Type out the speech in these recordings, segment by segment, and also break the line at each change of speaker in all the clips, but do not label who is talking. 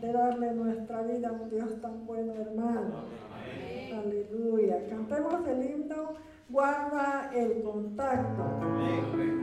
de darle nuestra vida a un Dios tan bueno, hermano. Amén. Aleluya. Cantemos el himno, guarda el contacto. Amén.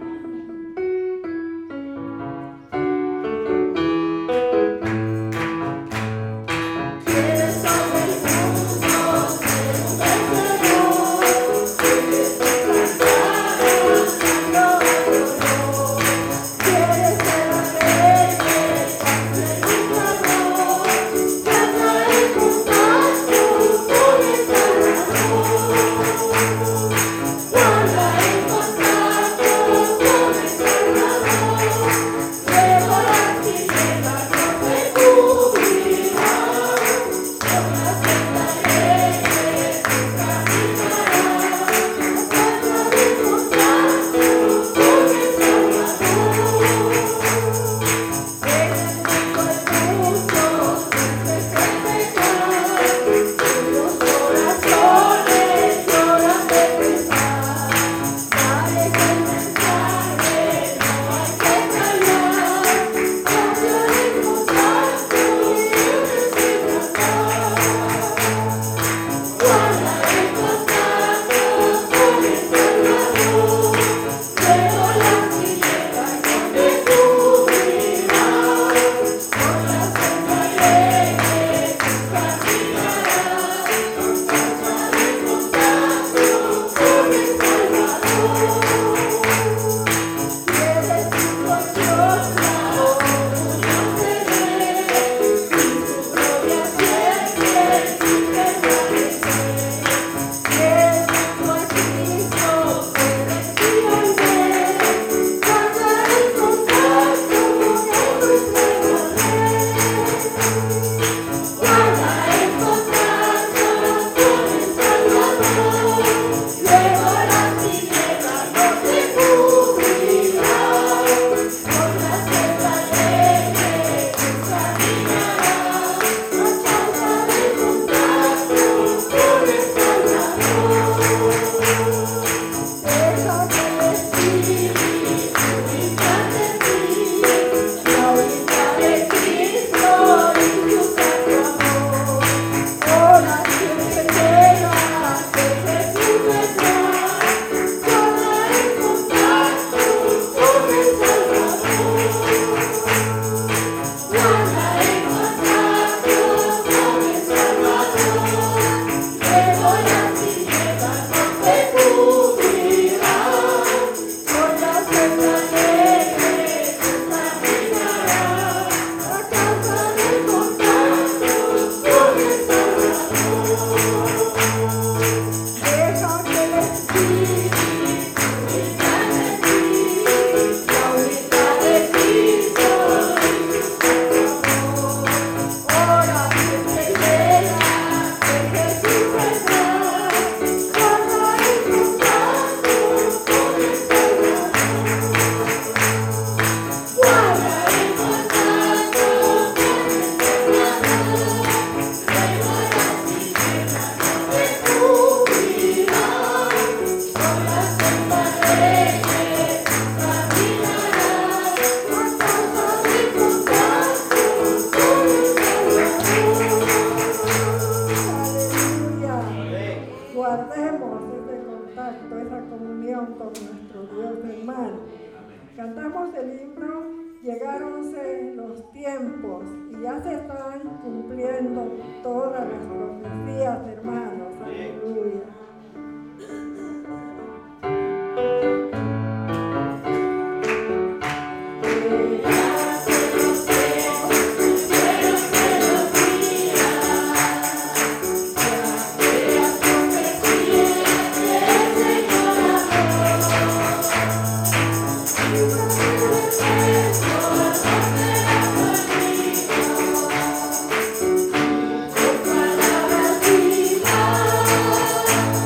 Cantamos el himno, llegáronse los tiempos y ya se están cumpliendo todas las profecías, hermanos. Aleluya.
Oh,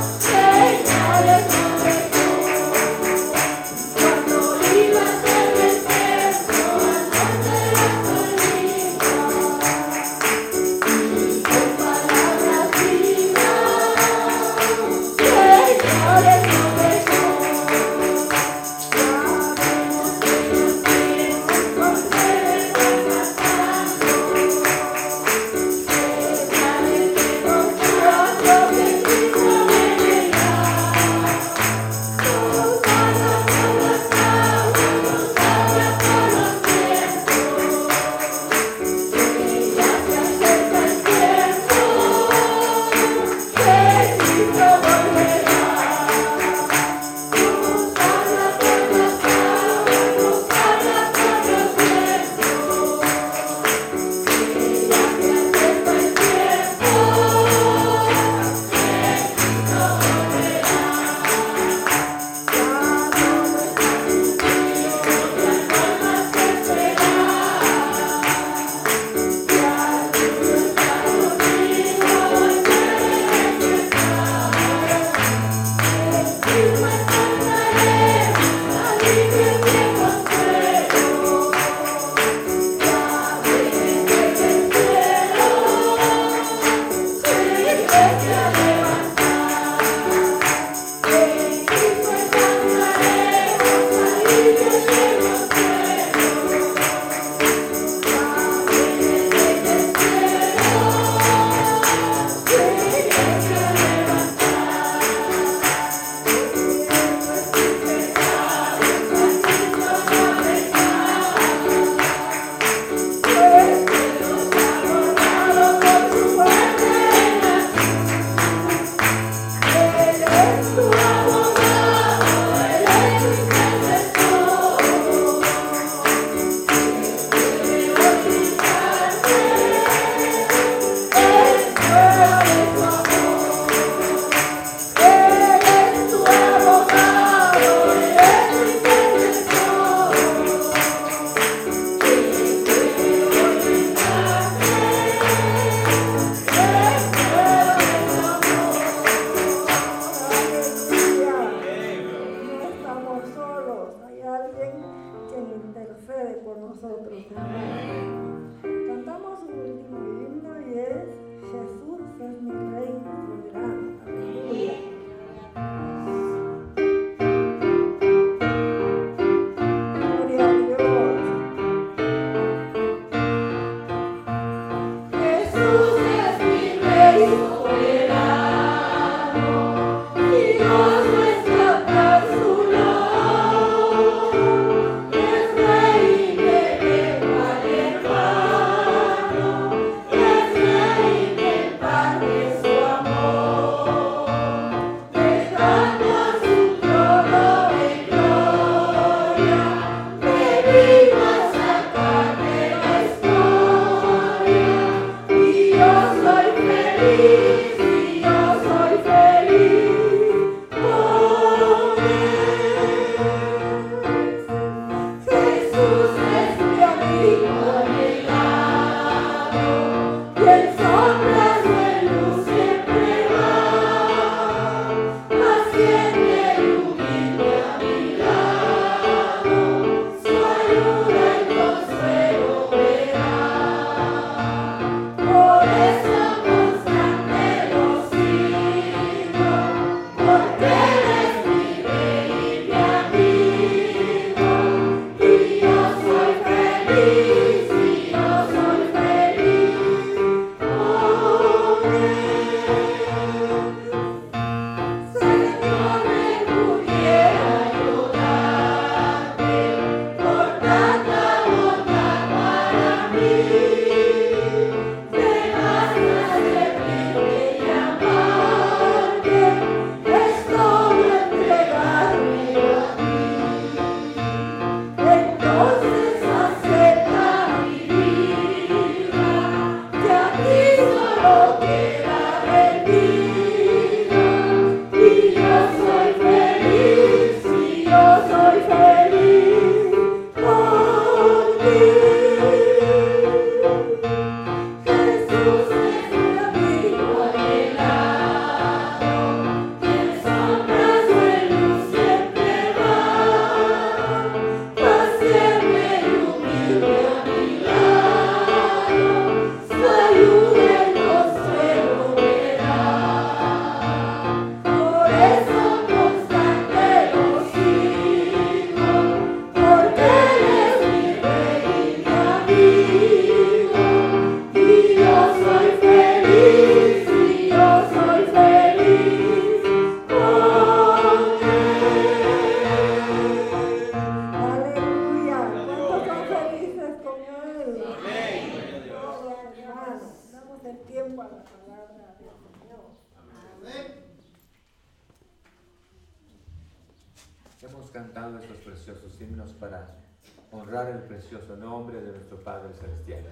Hemos cantado estos preciosos himnos para honrar el precioso nombre de nuestro Padre Celestial.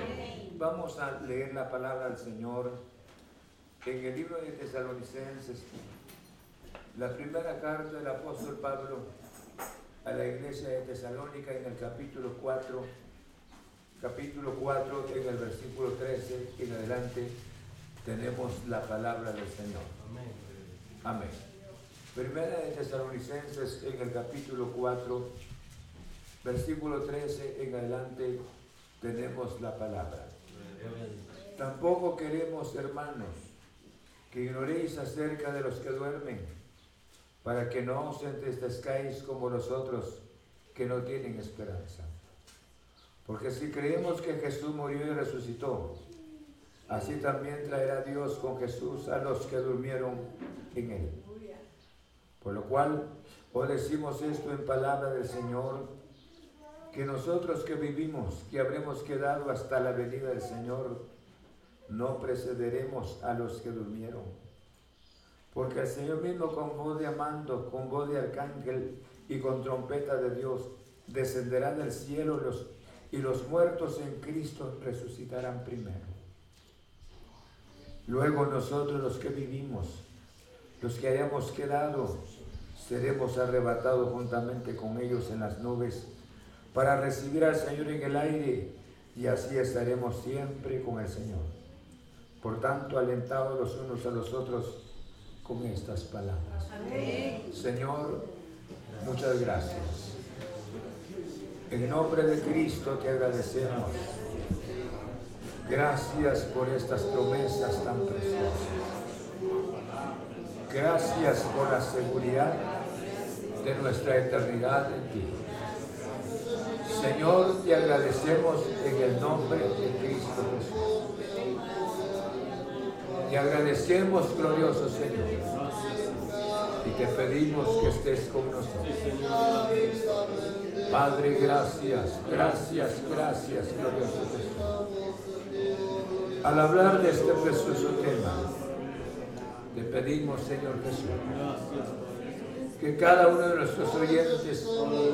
Vamos a leer la palabra del Señor en el libro de Tesalonicenses, la primera carta del apóstol Pablo a la iglesia de Tesalónica, en el capítulo 4, en el versículo 13 en adelante, tenemos la palabra del Señor. Amén. Primera de Tesalonicenses, en el capítulo 4, versículo 13 en adelante, tenemos la palabra. Tampoco queremos, hermanos, que ignoréis acerca de los que duermen, para que no os entristezcáis como los otros que no tienen esperanza. Porque si creemos que Jesús murió y resucitó, así también traerá Dios con Jesús a los que durmieron en él. Por lo cual, os decimos esto en palabra del Señor, que nosotros que vivimos, que habremos quedado hasta la venida del Señor, no precederemos a los que durmieron. Porque el Señor mismo, con voz de mando, con voz de arcángel y con trompeta de Dios, descenderá del cielo, y los muertos en Cristo resucitarán primero. Luego nosotros, los que vivimos, los que hayamos quedado, seremos arrebatados juntamente con ellos en las nubes para recibir al Señor en el aire, y así estaremos siempre con el Señor. Por tanto, alentados los unos a los otros con estas palabras. Amén. Señor, muchas gracias. En nombre de Cristo te agradecemos. Gracias por estas promesas tan preciosas. Gracias por la seguridad de nuestra eternidad en ti. Señor, te agradecemos en el nombre de Cristo Jesús. Te agradecemos, glorioso Señor, y te pedimos que estés con nosotros. Padre, gracias, glorioso Jesús. Al hablar de este precioso tema, te pedimos, Señor Jesús, que cada uno de nuestros oyentes,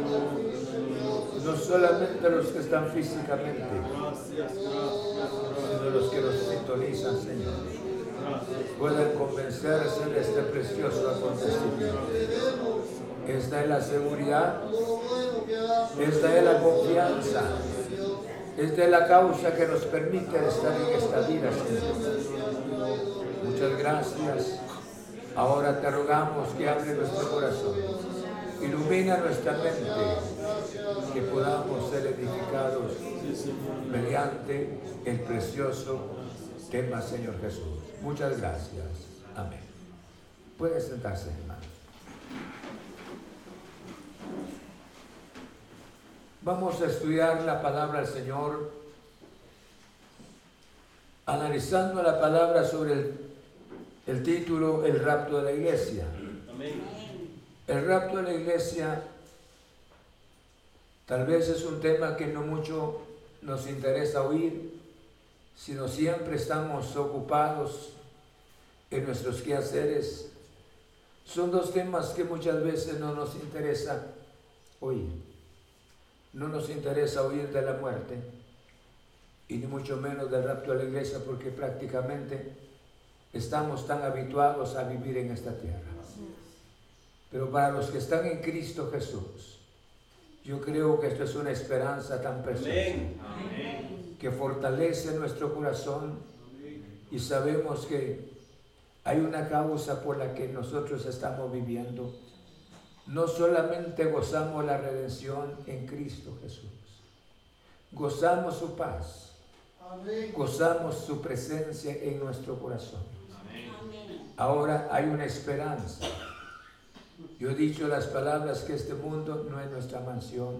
no solamente los que están físicamente, sino los que nos sintonizan, Señor, puedan convencerse de este precioso acontecimiento. Esta es la seguridad, esta es la confianza, esta es la causa que nos permite estar en esta vida, Señor. Muchas gracias. Ahora te rogamos que abre nuestro corazón, ilumina nuestra mente, que podamos ser edificados mediante el precioso tema, Señor Jesús. Muchas gracias. Amén. Puede sentarse, hermano. Vamos a estudiar la palabra del Señor, analizando la palabra sobre el título, el rapto de la iglesia. Amén. El rapto de la iglesia tal vez es un tema que no mucho nos interesa oír, sino siempre estamos ocupados en nuestros quehaceres. Son dos temas que muchas veces no nos interesa oír. No nos interesa oír de la muerte y ni mucho menos del rapto de la iglesia, porque prácticamente estamos tan habituados a vivir en esta tierra. Pero para los que están en Cristo Jesús, yo creo que esto es una esperanza tan preciosa. Amén. Que fortalece nuestro corazón y sabemos que hay una causa por la que nosotros estamos viviendo. No solamente gozamos la redención en Cristo Jesús, gozamos su paz, amén, gozamos su presencia en nuestro corazón. Amén. Ahora hay una esperanza. Yo he dicho las palabras que este mundo no es nuestra mansión.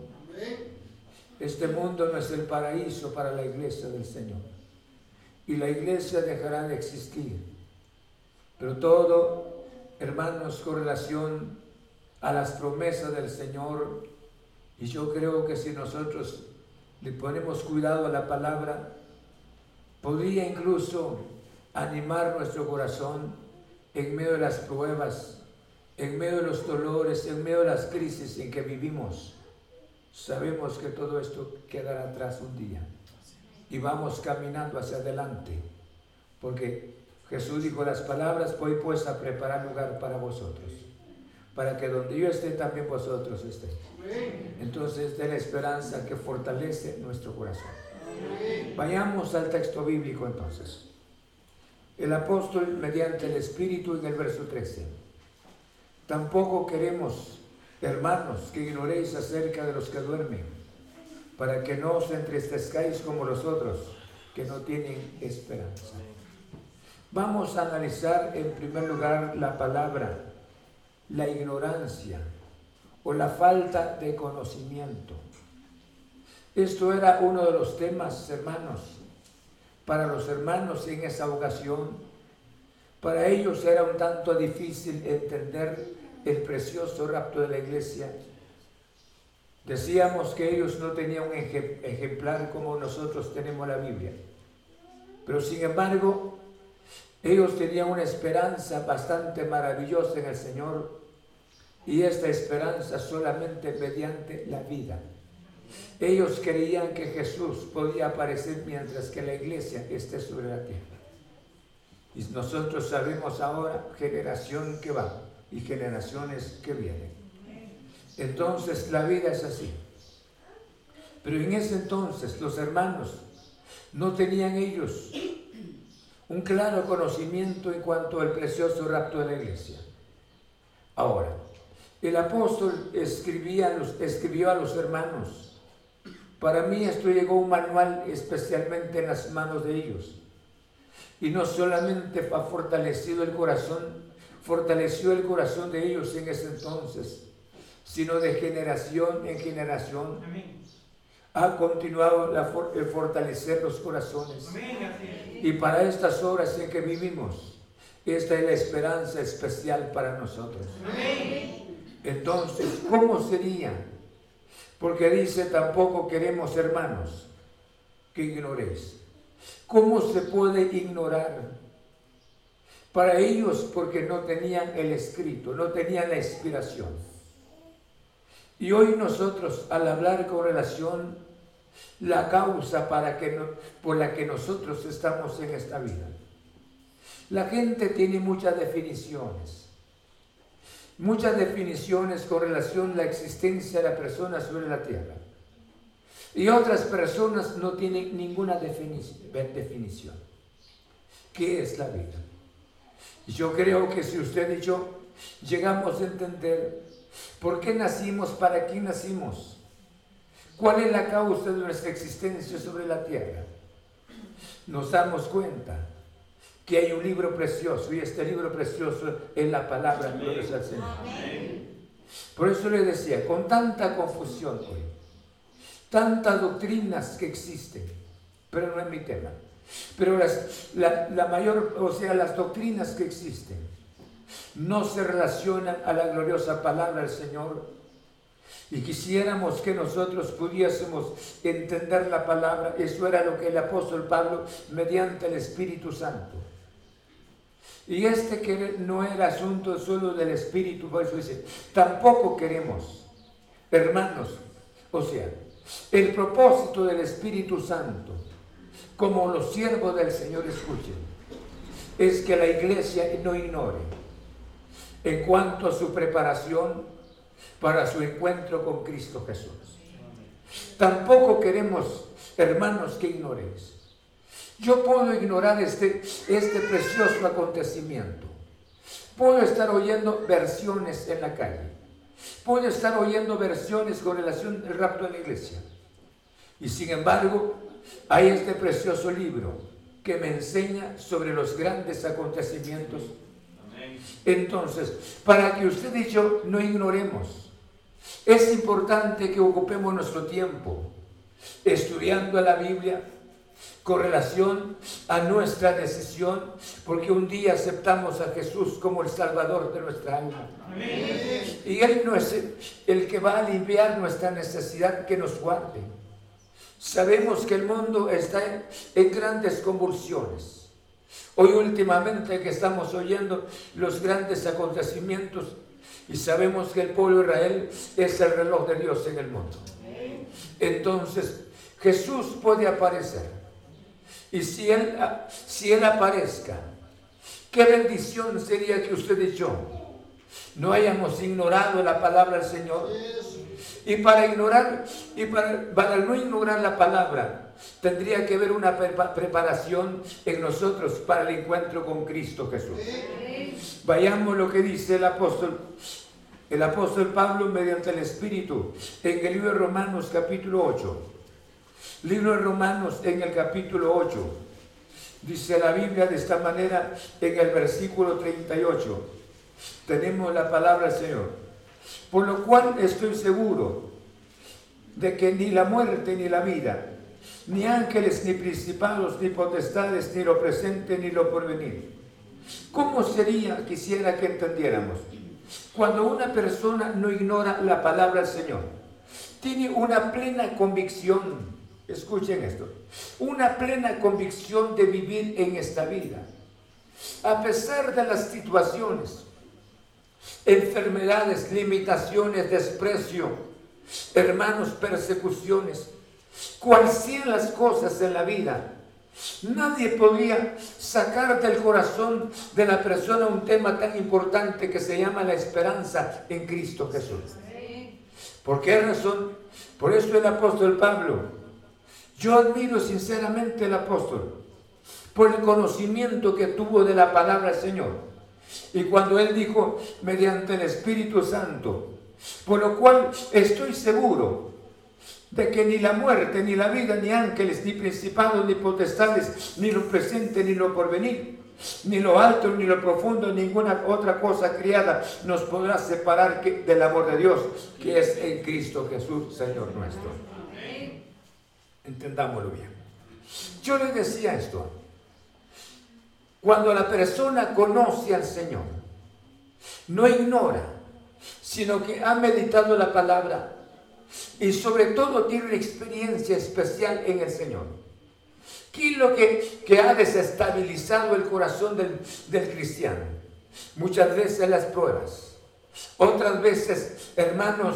Este mundo no es el paraíso para la iglesia del Señor. Y la iglesia dejará de existir. Pero todo, hermanos, con relación a las promesas del Señor, y yo creo que si nosotros le ponemos cuidado a la palabra, podría incluso animar nuestro corazón en medio de las pruebas, en medio de los dolores, en medio de las crisis en que vivimos. Sabemos que todo esto quedará atrás un día y vamos caminando hacia adelante, porque Jesús dijo las palabras: voy pues a preparar lugar para vosotros, para que donde yo esté también vosotros estéis. Entonces, de la esperanza que fortalece nuestro corazón. Vayamos al texto bíblico entonces. El apóstol, mediante el Espíritu, en el verso 13: tampoco queremos, hermanos, que ignoréis acerca de los que duermen, para que no os entristezcáis como los otros, que no tienen esperanza. Vamos a analizar en primer lugar la palabra, la ignorancia o la falta de conocimiento. Esto era uno de los temas, hermanos, para los hermanos en esa ocasión. Para ellos era un tanto difícil entender el precioso rapto de la iglesia. Decíamos que ellos no tenían un ejemplar como nosotros tenemos la Biblia, pero sin embargo ellos tenían una esperanza bastante maravillosa en el Señor, y esta esperanza solamente mediante la vida. Ellos creían que Jesús podía aparecer mientras que la iglesia esté sobre la tierra. Y nosotros sabemos ahora, generación que va y generaciones que vienen. Entonces la vida es así. Pero en ese entonces los hermanos no tenían ellos un claro conocimiento en cuanto al precioso rapto de la iglesia. Ahora, el apóstol escribió a los hermanos. Para mí esto llegó un manual especialmente en las manos de ellos. Y no solamente ha fortalecido el corazón, fortaleció el corazón de ellos en ese entonces, sino de generación en generación. Amén. Ha continuado el fortalecer los corazones. Amén. Y para estas horas en que vivimos, esta es la esperanza especial para nosotros. Amén. Entonces, ¿cómo sería? Porque dice, tampoco queremos, hermanos, que ignoréis. ¿Cómo se puede ignorar? Para ellos, porque no tenían el escrito, no tenían la inspiración. Y hoy nosotros, al hablar con relación la causa por la que nosotros estamos en esta vida, La gente tiene muchas definiciones con relación a la existencia de la persona sobre la tierra. Y otras personas no tienen ninguna definición. ¿Qué es la vida? Y yo creo que si usted y yo llegamos a entender por qué nacimos, para qué nacimos, cuál es la causa de nuestra existencia sobre la tierra, nos damos cuenta que hay un libro precioso, y este libro precioso es la palabra gloriosa del Señor. Por eso le decía, con tanta confusión hoy, tantas doctrinas que existen, pero no es mi tema, pero las doctrinas que existen no se relacionan a la gloriosa palabra del Señor. Y quisiéramos que nosotros pudiésemos entender la palabra. Eso era lo que el apóstol Pablo, mediante el Espíritu Santo. Y que no era asunto solo del Espíritu, por eso dice, tampoco queremos, hermanos, el propósito del Espíritu Santo, como los siervos del Señor escuchen, es que la iglesia no ignore en cuanto a su preparación para su encuentro con Cristo Jesús. Tampoco queremos, hermanos, que ignoréis. Yo puedo ignorar este precioso acontecimiento. Puedo estar oyendo versiones en la calle. Puedo estar oyendo versiones con relación al rapto de la iglesia. Y sin embargo, hay este precioso libro que me enseña sobre los grandes acontecimientos. Entonces, para que usted y yo no ignoremos, es importante que ocupemos nuestro tiempo estudiando la Biblia con relación a nuestra decisión, porque un día aceptamos a Jesús como el Salvador de nuestra alma. Amén. Y Él no es el que va a aliviar nuestra necesidad, que nos guarde. Sabemos que el mundo está en grandes convulsiones. Hoy últimamente que estamos oyendo los grandes acontecimientos y sabemos que el pueblo de Israel es el reloj de Dios en el mundo. Entonces Jesús puede aparecer. Y si Él aparezca, qué bendición sería que usted y yo no hayamos ignorado la palabra del Señor. Y para no ignorar la palabra, tendría que haber una preparación en nosotros para el encuentro con Cristo Jesús. Vayamos lo que dice el apóstol Pablo mediante el Espíritu en el libro de Romanos capítulo 8. Libro de Romanos en el capítulo 8. Dice la Biblia de esta manera en el versículo 38. Tenemos la palabra del Señor. Por lo cual estoy seguro de que ni la muerte ni la vida, ni ángeles, ni principados, ni potestades, ni lo presente, ni lo porvenir. ¿Cómo sería, quisiera que entendiéramos, cuando una persona no ignora la palabra del Señor? Tiene una plena convicción, escuchen esto, una plena convicción de vivir en esta vida. A pesar de las situaciones, enfermedades, limitaciones, desprecio, hermanos, persecuciones, cuales sean las cosas en la vida, nadie podía sacar del corazón de la persona un tema tan importante que se llama la esperanza en Cristo Jesús. ¿Por qué razón? Por eso el apóstol Pablo, yo admiro sinceramente al apóstol por el conocimiento que tuvo de la palabra del Señor. Y cuando él dijo, mediante el Espíritu Santo, por lo cual estoy seguro de que ni la muerte, ni la vida, ni ángeles, ni principados, ni potestades, ni lo presente, ni lo porvenir, ni lo alto, ni lo profundo, ninguna otra cosa criada nos podrá separar del amor de Dios, que es en Cristo Jesús, Señor nuestro. Entendámoslo bien. Yo le decía esto. Cuando la persona conoce al Señor, no ignora, sino que ha meditado la palabra y sobre todo tiene una experiencia especial en el Señor. ¿Qué es lo que ha desestabilizado el corazón del cristiano? Muchas veces las pruebas, otras veces, hermanos,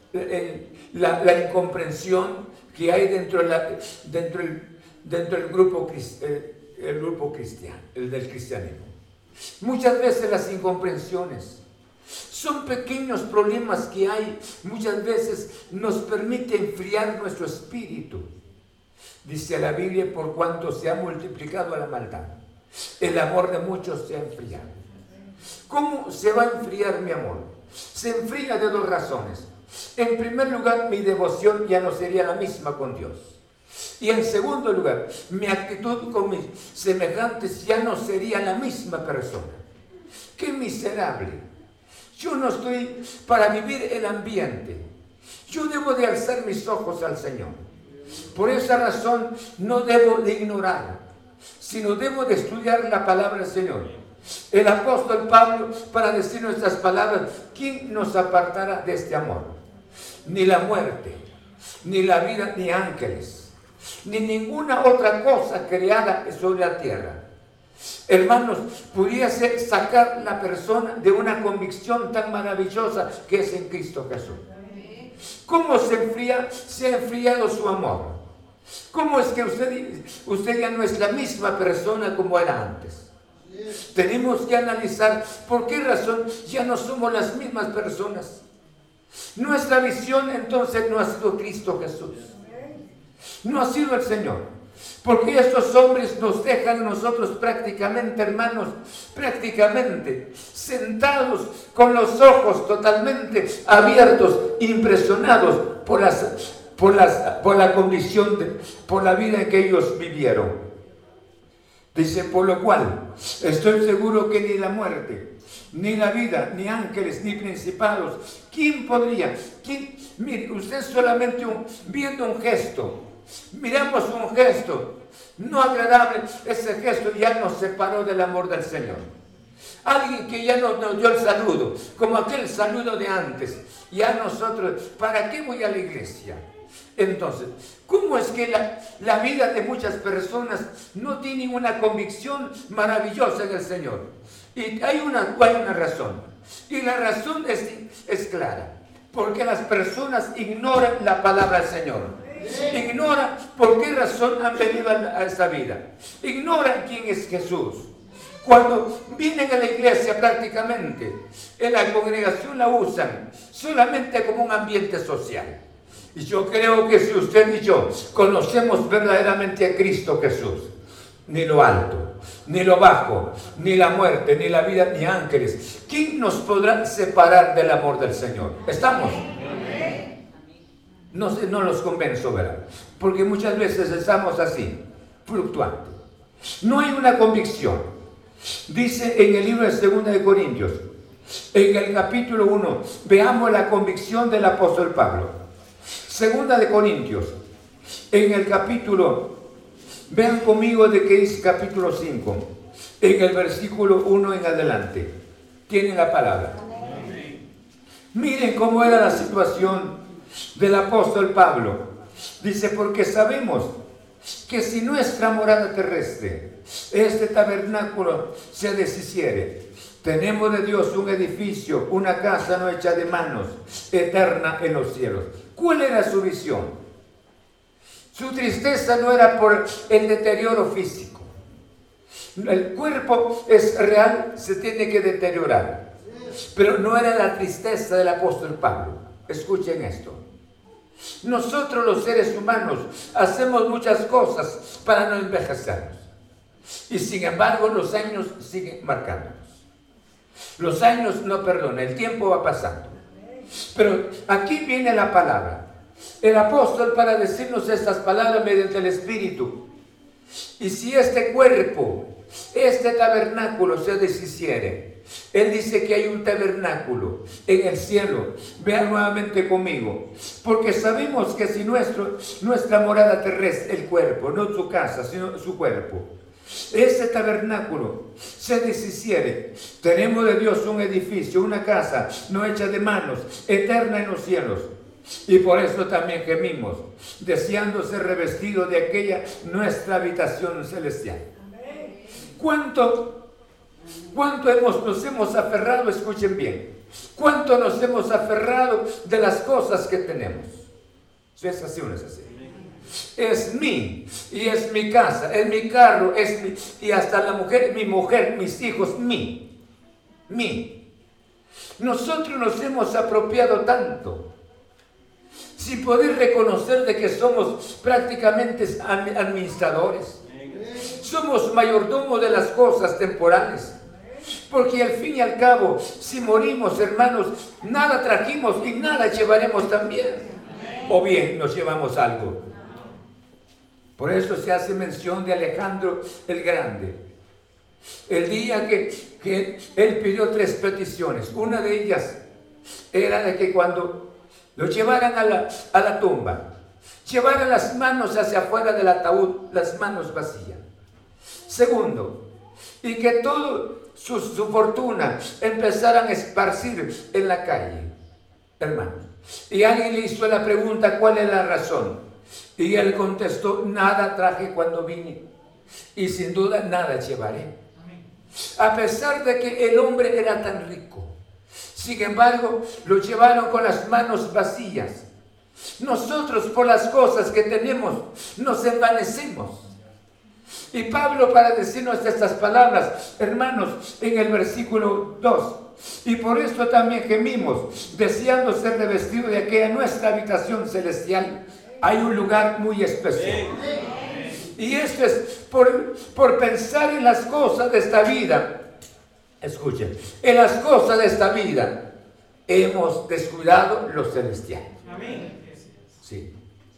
la incomprensión que hay dentro del grupo cristiano, el del cristianismo. Muchas veces las incomprensiones son pequeños problemas que hay, muchas veces nos permite enfriar nuestro espíritu. Dice la Biblia, por cuanto se ha multiplicado la maldad, el amor de muchos se ha enfriado. ¿Cómo se va a enfriar mi amor? Se enfría de dos razones. En primer lugar, mi devoción ya no sería la misma con Dios. Y en segundo lugar, mi actitud con mis semejantes ya no sería la misma persona. ¡Qué miserable! Yo no estoy para vivir el ambiente. Yo debo de alzar mis ojos al Señor. Por esa razón no debo de ignorar, sino debo de estudiar la palabra del Señor. El apóstol Pablo, para decir nuestras palabras, ¿quién nos apartará de este amor? Ni la muerte, ni la vida, ni ángeles, ni ninguna otra cosa creada sobre la tierra. Hermanos, pudiese sacar la persona de una convicción tan maravillosa que es en Cristo Jesús. ¿Cómo se ha enfriado su amor? ¿Cómo es que usted ya no es la misma persona como era antes? Tenemos que analizar por qué razón ya no somos las mismas personas. Nuestra visión entonces no ha sido Cristo Jesús, no ha sido el Señor. Porque estos hombres nos dejan nosotros prácticamente, hermanos, prácticamente sentados con los ojos totalmente abiertos, impresionados por la condición, por la vida que ellos vivieron. Dice, por lo cual, estoy seguro que ni la muerte, ni la vida, ni ángeles, ni principados, ¿quién podría? Mire, usted solamente viendo un gesto, miramos un gesto no agradable, ese gesto ya nos separó del amor del Señor. Alguien que ya nos dio el saludo, como aquel saludo de antes, ya nosotros, ¿para qué voy a la iglesia? Entonces, ¿cómo es que la vida de muchas personas no tiene una convicción maravillosa en el Señor? Y hay una razón, y la razón es clara, porque las personas ignoran la palabra del Señor. Ignoran por qué razón han venido a esta vida. Ignoran quién es Jesús. Cuando vienen a la iglesia prácticamente, en la congregación la usan solamente como un ambiente social. Y yo creo que si usted y yo conocemos verdaderamente a Cristo Jesús, ni lo alto, ni lo bajo, ni la muerte, ni la vida, ni ángeles, ¿quién nos podrá separar del amor del Señor? ¿Estamos? No los convenzo, ¿verdad? Porque muchas veces estamos así, fluctuando. No hay una convicción. Dice en el libro de 2 de Corintios, en el capítulo 1, veamos la convicción del apóstol Pablo. 2 de Corintios, en el capítulo, vean conmigo de qué es capítulo 5, en el versículo 1 en adelante. Tienen la palabra. Miren cómo era la situación del apóstol Pablo. Dice, porque sabemos que si nuestra morada terrestre, este tabernáculo, se deshiciere, tenemos de Dios un edificio, una casa no hecha de manos, eterna en los cielos. ¿Cuál era su visión? Su tristeza no era por el deterioro físico. El cuerpo es real, se tiene que deteriorar, pero no era la tristeza del apóstol Pablo. Escuchen esto. Nosotros los seres humanos hacemos muchas cosas para no envejecernos. Y sin embargo los años siguen marcándonos. Los años no perdonan, el tiempo va pasando. Pero aquí viene la palabra. El apóstol para decirnos estas palabras mediante el Espíritu. Y si este cuerpo, este tabernáculo se deshiciere, él dice que hay un tabernáculo en el cielo. Vean nuevamente conmigo. Porque sabemos que si nuestra morada terrestre, el cuerpo, no su casa, sino su cuerpo, ese tabernáculo se deshiciere, tenemos de Dios un edificio, una casa no hecha de manos, eterna en los cielos. Y por eso también gemimos, deseando ser revestidos de aquella nuestra habitación celestial. ¿Cuánto nos hemos aferrado? Escuchen bien. ¿Cuánto nos hemos aferrado de las cosas que tenemos? ¿Es así o no es así? es mí, y es mi casa, es mi carro, y hasta la mujer, mis hijos, mí. Nosotros nos hemos apropiado tanto, sin poder reconocer de que somos prácticamente administradores. Somos mayordomos de las cosas temporales. Porque al fin y al cabo, si morimos, hermanos, nada trajimos y nada llevaremos también. O bien nos llevamos algo. Por eso se hace mención de Alejandro el Grande. El día que él pidió 3 peticiones. Una de ellas era de que cuando lo llevaran a la tumba, llevaran las manos hacia afuera del ataúd, las manos vacías. Segundo, y que toda su fortuna empezaran a esparcir en la calle, hermano. Y alguien le hizo la pregunta, ¿cuál es la razón? Y él contestó, nada traje cuando vine, y sin duda nada llevaré. A pesar de que el hombre era tan rico, sin embargo, lo llevaron con las manos vacías. Nosotros, por las cosas que tenemos, nos envanecemos. Y Pablo, para decirnos estas palabras, hermanos, en el versículo 2, y por esto también gemimos, deseando ser revestidos de aquella nuestra habitación celestial. Hay un lugar muy especial. Y esto es por pensar en las cosas de esta vida. Escuchen, en las cosas de esta vida hemos descuidado lo celestial. Sí.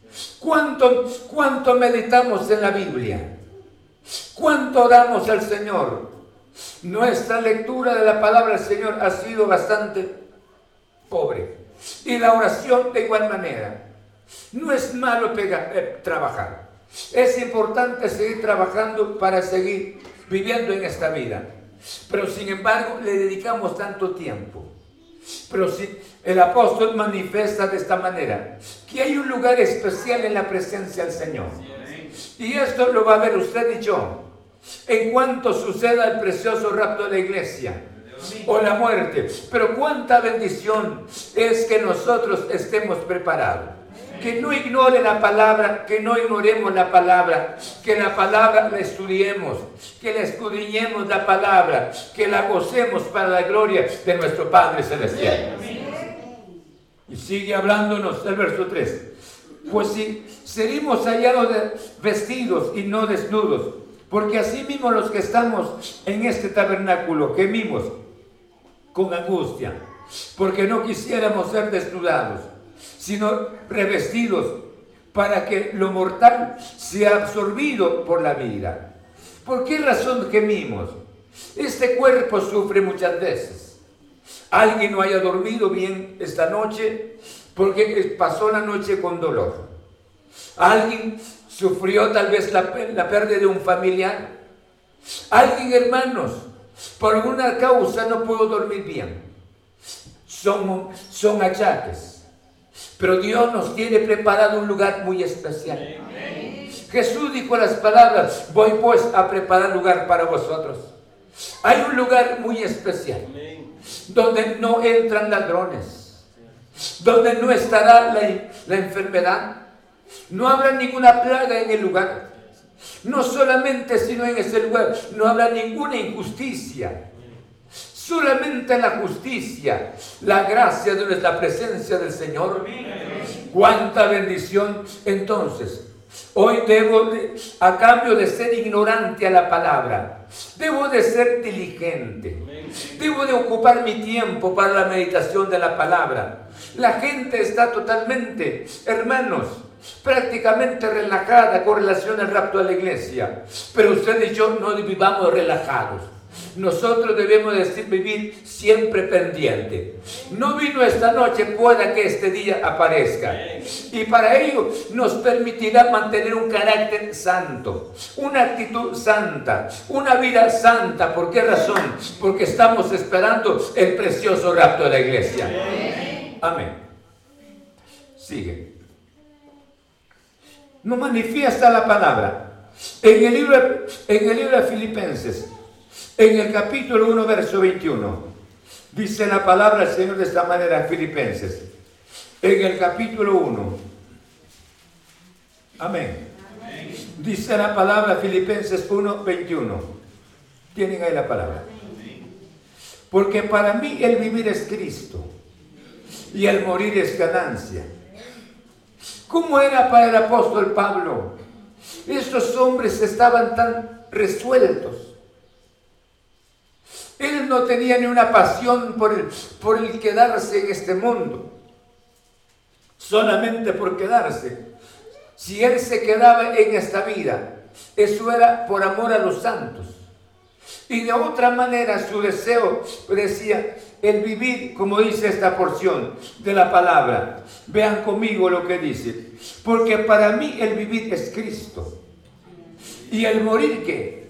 ¿Cuánto meditamos en la Biblia? ¿Cuánto oramos al Señor? Nuestra lectura de la palabra del Señor ha sido bastante pobre. Y la oración de igual manera. No es malo trabajar. Es importante seguir trabajando para seguir viviendo en esta vida. Pero sin embargo le dedicamos tanto tiempo. Pero si el apóstol manifiesta de esta manera, que hay un lugar especial en la presencia del Señor. Y esto lo va a ver usted y yo, en cuanto suceda el precioso rapto de la iglesia o la muerte. Pero cuánta bendición es que nosotros estemos preparados. Que no ignore la palabra, que no ignoremos la palabra, que la palabra la estudiemos, que la escudriñemos la palabra, que la gocemos para la gloria de nuestro Padre Celestial. Y sigue hablándonos el verso 3. Pues si serimos hallados vestidos y no desnudos, porque así mismo los que estamos en este tabernáculo gemimos con angustia, porque no quisiéramos ser desnudados, sino revestidos, para que lo mortal sea absorbido por la vida. ¿Por qué razón gemimos? Este cuerpo sufre muchas veces. Alguien no haya dormido bien esta noche porque pasó la noche con dolor. Alguien sufrió tal vez la pérdida de un familiar. Alguien, hermanos, por alguna causa no pudo dormir bien. Son achaques. Pero Dios nos tiene preparado un lugar muy especial. Jesús dijo las palabras, voy pues a preparar lugar para vosotros. Hay un lugar muy especial, donde no entran ladrones, donde no estará la enfermedad, no habrá ninguna plaga en el lugar. No solamente, sino en ese lugar no habrá ninguna injusticia. Solamente la justicia, la gracia de la presencia del Señor. ¡Cuánta bendición! Entonces, hoy a cambio de ser ignorante a la palabra, debo de ser diligente. Debo de ocupar mi tiempo para la meditación de la palabra. La gente está totalmente, hermanos, prácticamente relajada con relación al rapto de la iglesia. Pero usted y yo no vivamos relajados. Nosotros debemos vivir siempre pendiente. No vino esta noche, pueda que este día aparezca. Y para ello nos permitirá mantener un carácter santo, una actitud santa, una vida santa. ¿Por qué razón? Porque estamos esperando el precioso rapto de la iglesia. Amén. Sigue. Nos manifiesta la palabra en el libro de Filipenses. En el capítulo 1, verso 21, dice la palabra del Señor de esta manera en Filipenses. En el capítulo 1, Amén. Dice la palabra Filipenses 1:21. Tienen ahí la palabra. Porque para mí el vivir es Cristo y el morir es ganancia. ¿Cómo era para el apóstol Pablo? Estos hombres estaban tan resueltos. Él no tenía ni una pasión por el quedarse en este mundo. Solamente por quedarse. Si él se quedaba en esta vida, eso era por amor a los santos. Y de otra manera su deseo decía, el vivir, como dice esta porción de la palabra. Vean conmigo lo que dice. Porque para mí el vivir es Cristo. ¿Y el morir qué?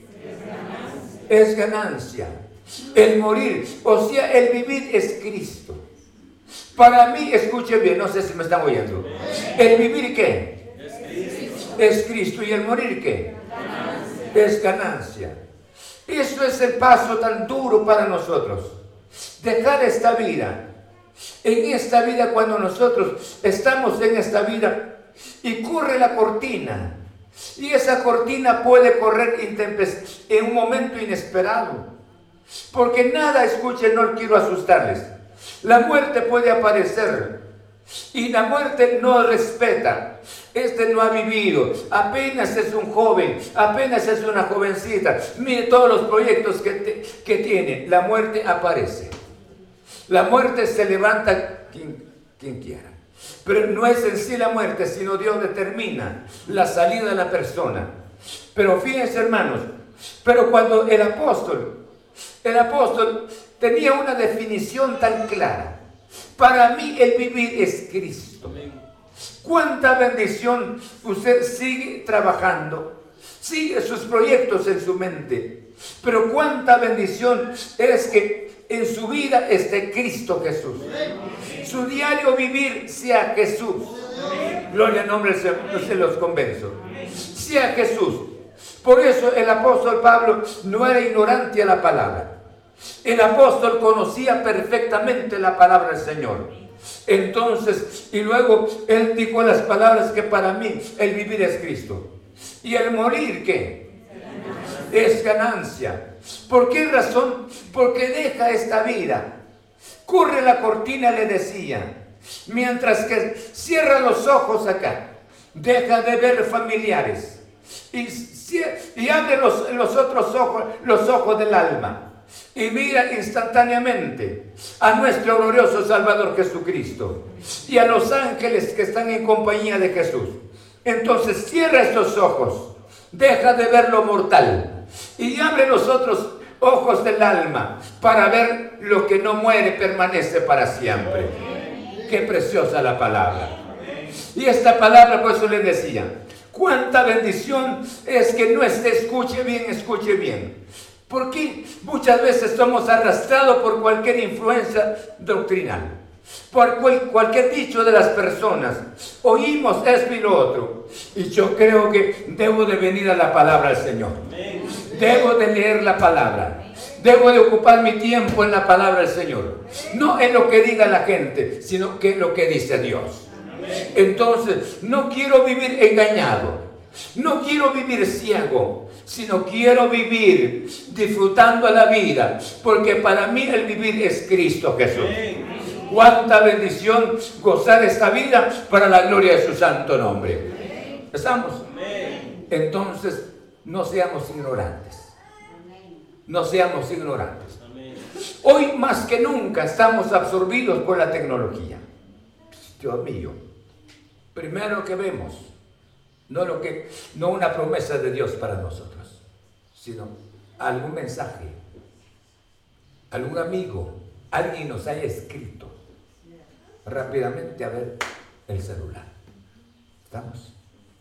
Es ganancia. El morir, o sea, el vivir es Cristo. Para mí, escuchen bien, no sé si me están oyendo. ¿El vivir qué? Es Cristo. ¿Y el morir qué? Es ganancia. Eso es el paso tan duro para nosotros. Dejar esta vida. En esta vida, cuando nosotros estamos en esta vida y corre la cortina. Y esa cortina puede correr en un momento inesperado. Porque nada, escuchen, no quiero asustarles. La muerte puede aparecer. Y la muerte no respeta. Este no ha vivido, apenas es un joven, apenas es una jovencita. Mire todos los proyectos que tiene. La muerte aparece. La muerte se levanta quien quiera. Pero no es en sí la muerte, sino Dios determina la salida de la persona. Pero fíjense, hermanos, pero cuando el apóstol tenía una definición tan clara. Para mí el vivir es Cristo. Cuánta bendición usted sigue trabajando, sigue sus proyectos en su mente, pero cuánta bendición es que en su vida esté Cristo Jesús. Su diario vivir sea Jesús. Gloria al nombre del Señor, se los convenzo. Sea Jesús. Por eso el apóstol Pablo no era ignorante a la palabra. El apóstol conocía perfectamente la palabra del Señor. Entonces, y luego él dijo las palabras que para mí el vivir es Cristo. ¿Y el morir qué? Es ganancia. ¿Por qué razón? Porque deja esta vida. Corre la cortina, le decía. Mientras que cierra los ojos acá. Deja de ver familiares. Y abre los otros ojos, los ojos del alma. Y mira instantáneamente a nuestro glorioso Salvador Jesucristo y a los ángeles que están en compañía de Jesús. Entonces cierra estos ojos, deja de ver lo mortal y abre los otros ojos del alma para ver lo que no muere, permanece para siempre. Qué preciosa la palabra. Y esta palabra, por eso les decía, cuánta bendición es que no escuche bien. Porque muchas veces somos arrastrados por cualquier influencia doctrinal, por cualquier dicho de las personas. Oímos esto y lo otro. Y yo creo que debo de venir a la palabra del Señor. Debo de leer la palabra. Debo de ocupar mi tiempo en la palabra del Señor. No en lo que diga la gente, sino en lo que dice Dios. Entonces, no quiero vivir engañado. No quiero vivir ciego, sino quiero vivir disfrutando la vida, porque para mí el vivir es Cristo Jesús. Cuánta bendición gozar esta vida para la gloria de su santo nombre. ¿Estamos? Entonces, no seamos ignorantes. No seamos ignorantes. Hoy más que nunca estamos absorbidos por la tecnología. Dios mío, primero que vemos, no una promesa de Dios para nosotros, sino algún mensaje, algún amigo, alguien nos haya escrito. Rápidamente a ver el celular. ¿Estamos?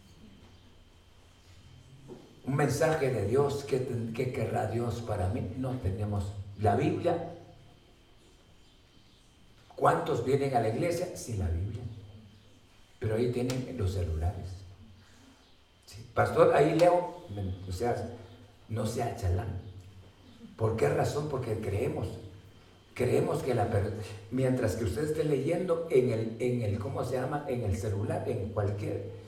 Un mensaje de Dios, ¿qué querrá Dios para mí? No tenemos la Biblia. ¿Cuántos vienen a la iglesia sin la Biblia? Pero ahí tienen los celulares. Sí. Pastor, ahí leo, no sea chalán. ¿Por qué razón? Porque creemos que mientras que usted esté leyendo en el ¿cómo se llama? En el celular, en cualquier,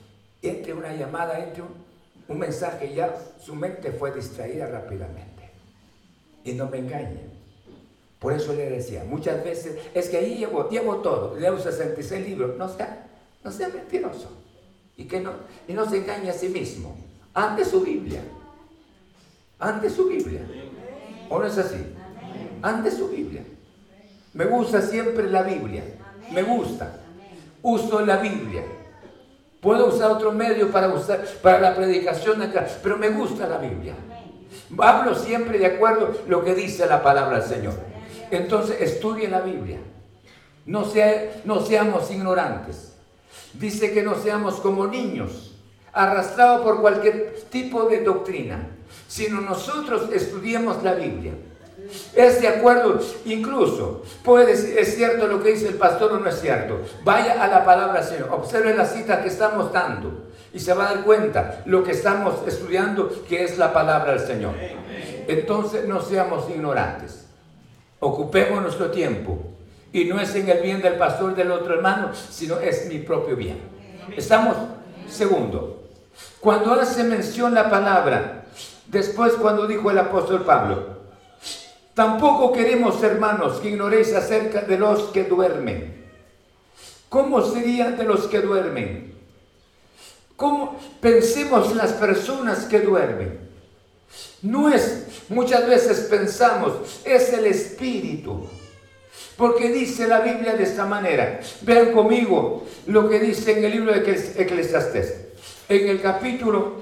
entre una llamada, entre un mensaje, ya su mente fue distraída rápidamente. Y no me engañen. Por eso le decía, muchas veces, es que ahí llevo todo, llevo 66 libros. No sea mentiroso. Y no se engañe a sí mismo. Ante su Biblia. Ante su Biblia. ¿O no es así? Ante su Biblia. Me gusta siempre la Biblia. Me gusta. Uso la Biblia. Puedo usar otro medio para la predicación acá, pero me gusta la Biblia. Hablo siempre de acuerdo a lo que dice la palabra del Señor. Entonces estudien la Biblia. No seamos ignorantes. Dice que no seamos como niños, arrastrados por cualquier tipo de doctrina, sino nosotros estudiemos la Biblia. Es de acuerdo, incluso es cierto lo que dice el pastor o no es cierto. Vaya a la palabra del Señor, observe la cita que estamos dando y se va a dar cuenta lo que estamos estudiando, que es la palabra del Señor. Entonces no seamos ignorantes, ocupemos nuestro tiempo, y no es en el bien del pastor del otro hermano, sino es mi propio bien. Estamos. Segundo, cuando hace mención la palabra, después cuando dijo el apóstol Pablo, tampoco queremos, hermanos, que ignoréis acerca de los que duermen. ¿Cómo sería de los que duermen? ¿Cómo pensemos las personas que duermen? No es, muchas veces pensamos, es el espíritu. Porque dice la Biblia de esta manera. Vean conmigo lo que dice en el libro de Eclesiastés. En el capítulo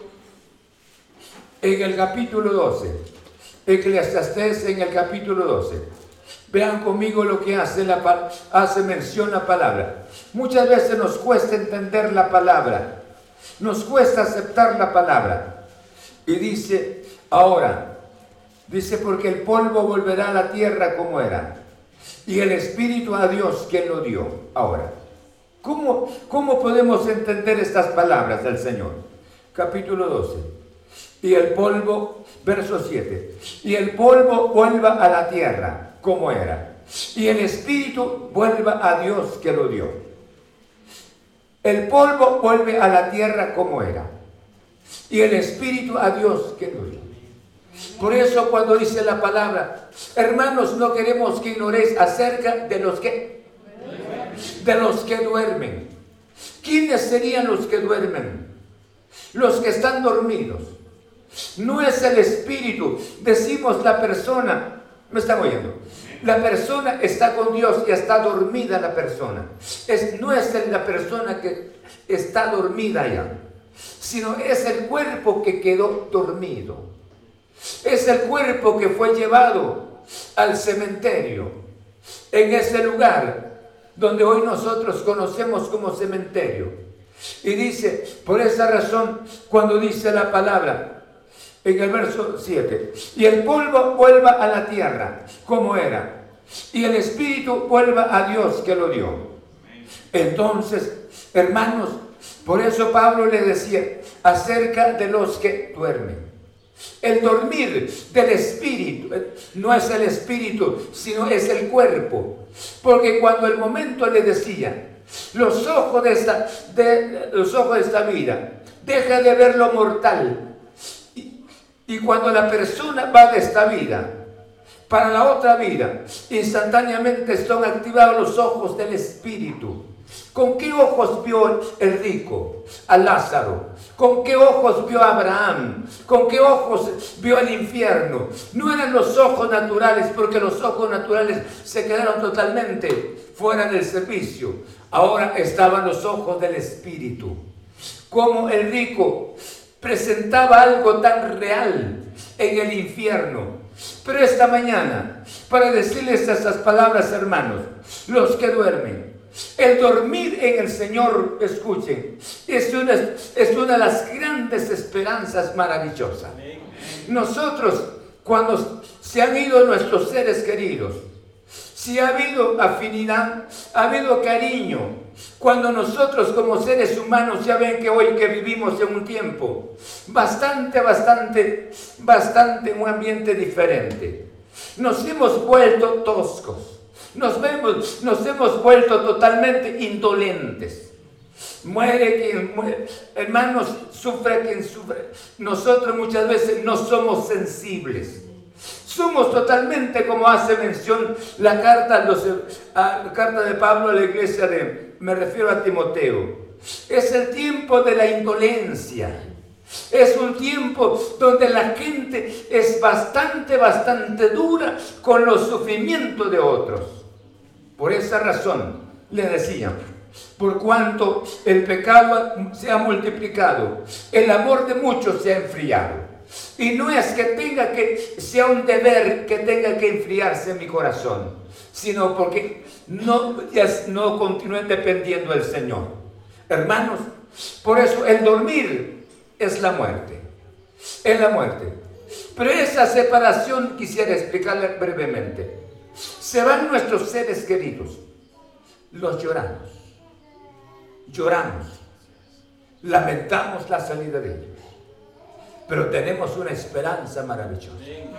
12. Eclesiastés en el capítulo 12. Vean conmigo lo que hace mención la palabra. Muchas veces nos cuesta entender la palabra. Nos cuesta aceptar la palabra. Y dice, ahora, dice, porque el polvo volverá a la tierra como era, y el espíritu a Dios que lo dio. Ahora, ¿cómo podemos entender estas palabras del Señor? Capítulo 12. Y el polvo, verso 7. Y el polvo vuelva a la tierra como era, y el espíritu vuelva a Dios que lo dio. El polvo vuelve a la tierra como era, y el espíritu a Dios que lo dio. Por eso cuando dice la palabra, hermanos, no queremos que ignoréis acerca de los que duermen. ¿Quiénes serían los que duermen? Los que están dormidos. No es el espíritu. Decimos la persona, ¿me están oyendo? La persona está con Dios y está dormida la persona. No es la persona que está dormida ya, sino es el cuerpo que quedó dormido. Es el cuerpo que fue llevado al cementerio, en ese lugar donde hoy nosotros conocemos como cementerio. Y dice, por esa razón, cuando dice la palabra, en el verso 7, y el polvo vuelva a la tierra como era, y el espíritu vuelva a Dios que lo dio. Entonces, hermanos, por eso Pablo le decía acerca de los que duermen. El dormir del espíritu no es el espíritu, sino es el cuerpo. Porque cuando el momento le decía, los ojos de esta vida, deja de ver lo mortal. Y cuando la persona va de esta vida para la otra vida, instantáneamente son activados los ojos del espíritu. ¿Con qué ojos vio el rico a Lázaro? ¿Con qué ojos vio a Abraham? ¿Con qué ojos vio el infierno? No eran los ojos naturales, porque los ojos naturales se quedaron totalmente fuera del servicio. Ahora estaban los ojos del espíritu. Como el rico presentaba algo tan real en el infierno. Pero esta mañana, para decirles estas palabras, hermanos, los que duermen, el dormir en el Señor, escuchen, es una de las grandes esperanzas maravillosas. Nosotros, cuando se han ido nuestros seres queridos, si ha habido afinidad, ha habido cariño, cuando nosotros como seres humanos, ya ven que hoy que vivimos en un tiempo bastante un ambiente diferente, nos hemos vuelto toscos. Nos hemos vuelto totalmente indolentes. Muere quien muere. Hermanos, sufre quien sufre. Nosotros muchas veces no somos sensibles. Somos totalmente, como hace mención la carta de Pablo a la iglesia me refiero a Timoteo. Es el tiempo de la indolencia. Es un tiempo donde la gente es bastante dura con los sufrimientos de otros. Por esa razón, le decía, por cuanto el pecado se ha multiplicado, el amor de muchos se ha enfriado. Y no es que sea un deber que tenga que enfriarse en mi corazón, sino porque no continúen dependiendo del Señor. Hermanos, por eso el dormir es la muerte. Es la muerte. Pero esa separación quisiera explicarle brevemente. Se van nuestros seres queridos. Los lloramos. Lloramos. Lamentamos la salida de ellos. Pero tenemos una esperanza maravillosa.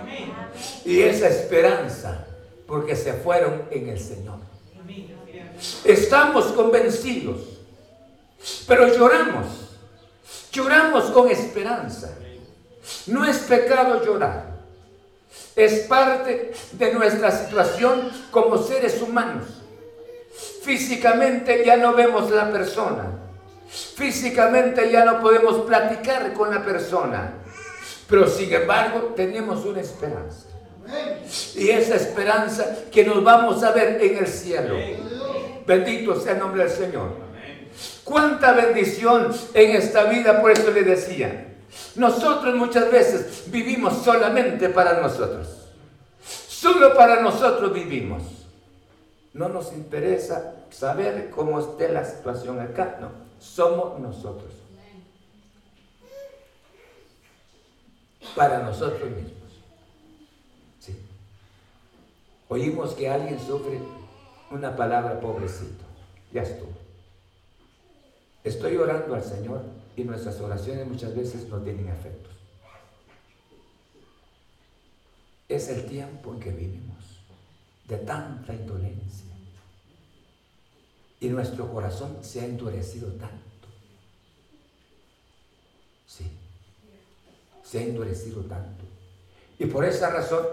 Y esa esperanza, porque se fueron en el Señor. Estamos convencidos, pero lloramos. Lloramos con esperanza. No es pecado llorar. Es parte de nuestra situación como seres humanos. Físicamente ya no vemos la persona. Físicamente ya no podemos platicar con la persona. Pero sin embargo tenemos una esperanza. Y esa esperanza que nos vamos a ver en el cielo. Bendito sea el nombre del Señor. Cuánta bendición en esta vida. Por eso le decía, nosotros muchas veces vivimos solamente para nosotros. Solo para nosotros vivimos. No nos interesa saber cómo esté la situación acá. No, somos nosotros. Para nosotros mismos. Sí. Oímos que alguien sufre, una palabra, pobrecito. Ya estuvo. Estoy orando al Señor y nuestras oraciones muchas veces no tienen efectos. Es el tiempo en que vivimos de tanta indolencia. Y nuestro corazón se ha endurecido tanto. Sí. Se ha endurecido tanto. Y por esa razón,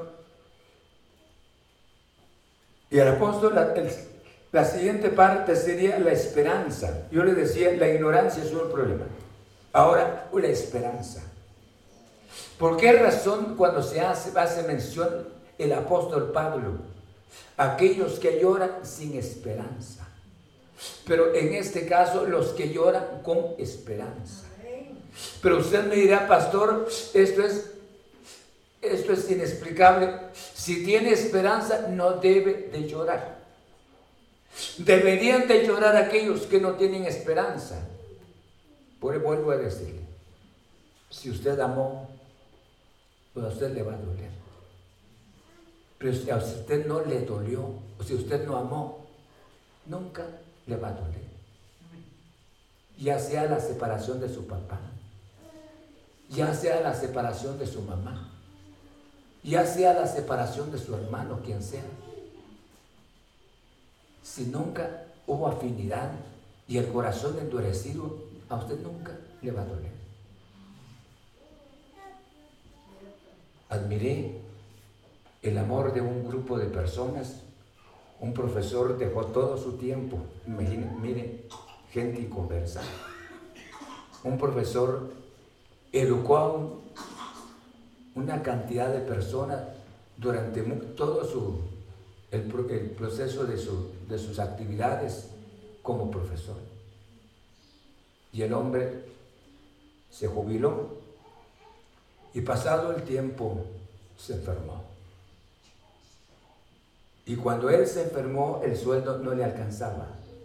y el apóstol, la siguiente parte sería la esperanza. Yo le decía, la ignorancia es un problema. Ahora, la esperanza. ¿Por qué razón cuando se hace mención el apóstol Pablo? Aquellos que lloran sin esperanza. Pero en este caso, los que lloran con esperanza. Pero usted me dirá, pastor, esto es inexplicable. Si tiene esperanza, no debe de llorar. Deberían de llorar aquellos que no tienen esperanza. Por eso vuelvo a decirle, si usted amó, pues a usted le va a doler. Pero si a usted no le dolió, o si usted no amó, nunca le va a doler. Ya sea la separación de su papá, ya sea la separación de su mamá, ya sea la separación de su hermano, quien sea. Si nunca hubo afinidad y el corazón endurecido, a usted nunca le va a doler. Admiré el amor de un grupo de personas. Un profesor dejó todo su tiempo, mire, gente inconversa. Un profesor educó a una cantidad de personas durante todo el proceso de sus actividades como profesor. Y el hombre se jubiló y pasado el tiempo se enfermó. Y cuando él se enfermó, el sueldo no le alcanzaba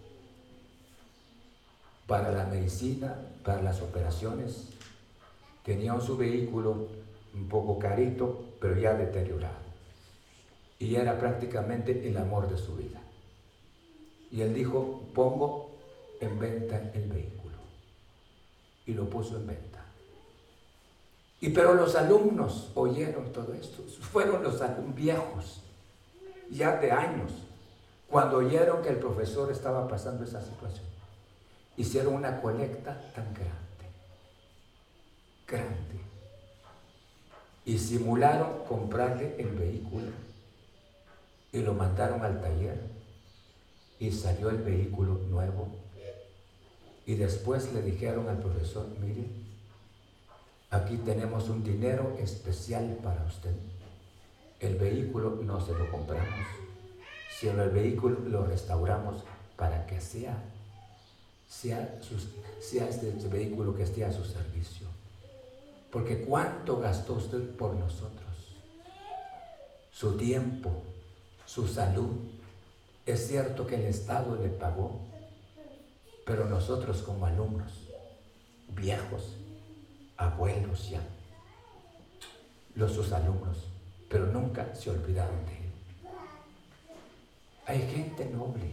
para la medicina, para las operaciones. Tenía su vehículo un poco carito, pero ya deteriorado. Y era prácticamente el amor de su vida. Y él dijo, pongo en venta el vehículo. Y lo puso en venta. Pero los alumnos oyeron todo esto. Fueron los viejos, ya de años, cuando oyeron que el profesor estaba pasando esa situación. hicieron una colecta tan grande, y simularon comprarle el vehículo y lo mandaron al taller y salió el vehículo nuevo. Y después le dijeron al profesor: mire, aquí tenemos un dinero especial para usted. El vehículo no se lo compramos, sino el vehículo lo restauramos para que sea este vehículo que esté a su servicio. Porque ¿cuánto gastó usted por nosotros? Su tiempo, su salud. Es cierto que el Estado le pagó, pero nosotros como alumnos, viejos, abuelos ya, sus alumnos, pero nunca se olvidaron de él. Hay gente noble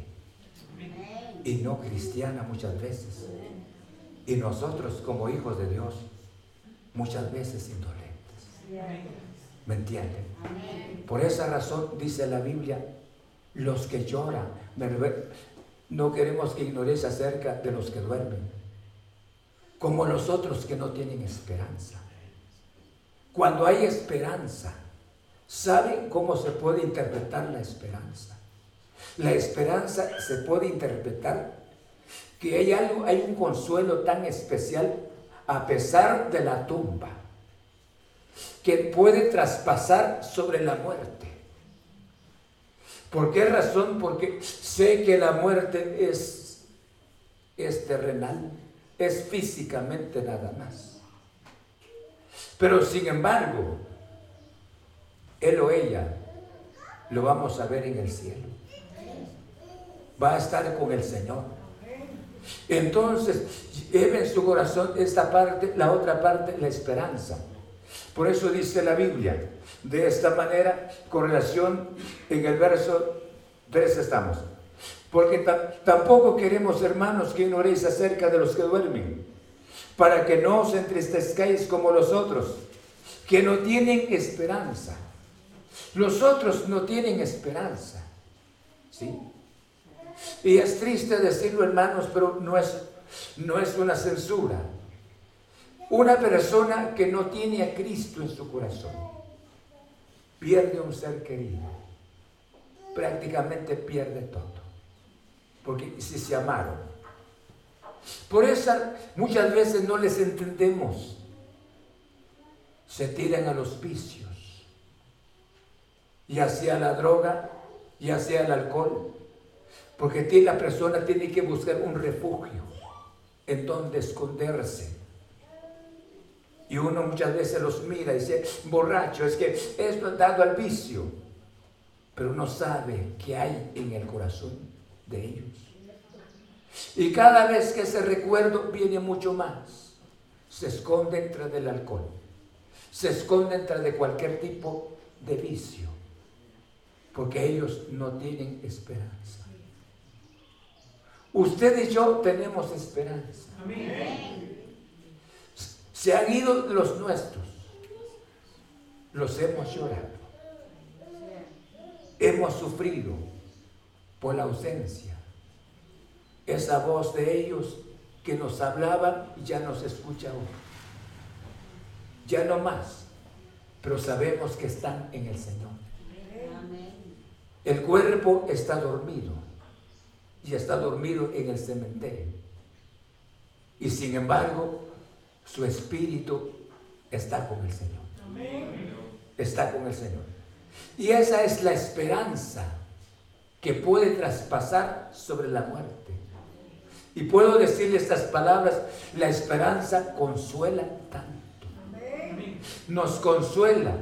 y no cristiana muchas veces, y nosotros como hijos de Dios muchas veces indolentes. ¿Me entienden? Por esa razón dice la Biblia: los que lloran. No queremos que ignoréis acerca de los que duermen, como los otros que no tienen esperanza. Cuando hay esperanza, ¿saben cómo se puede interpretar la esperanza? La esperanza se puede interpretar que hay un consuelo tan especial a pesar de la tumba, que puede traspasar sobre la muerte. ¿Por qué razón? Porque sé que la muerte es terrenal, es físicamente nada más. Pero sin embargo, él o ella lo vamos a ver en el cielo. Va a estar con el Señor. Entonces, lleve en su corazón esta parte, la otra parte, la esperanza. Por eso dice la Biblia, de esta manera, con relación en el verso 3 estamos. Porque tampoco queremos, hermanos, que ignoréis acerca de los que duermen, para que no os entristezcáis como los otros, que no tienen esperanza. Los otros no tienen esperanza, ¿sí? Y es triste decirlo, hermanos, pero no es una censura. Una persona que no tiene a Cristo en su corazón pierde un ser querido, prácticamente pierde todo, porque si se amaron. Por eso muchas veces no les entendemos. Se tiran a los vicios, ya sea la droga, ya sea el alcohol, porque la persona tiene que buscar un refugio en donde esconderse. Y uno muchas veces los mira y dice: borracho, es que esto es dado al vicio, pero no sabe qué hay en el corazón de ellos. Y cada vez que ese recuerdo viene mucho más, se esconde tras del alcohol, se esconde tras de cualquier tipo de vicio, porque ellos no tienen esperanza. Usted y yo tenemos esperanza. Amén. Se han ido los nuestros, los hemos llorado, hemos sufrido por la ausencia. Esa voz de ellos que nos hablaban ya no se escucha ahora, ya no más, pero sabemos que están en el Señor. El cuerpo está dormido y está dormido en el cementerio, y sin embargo su espíritu está con el Señor. Está con el Señor. Y esa es la esperanza que puede traspasar sobre la muerte. Y puedo decirle estas palabras: la esperanza consuela tanto. Nos consuela.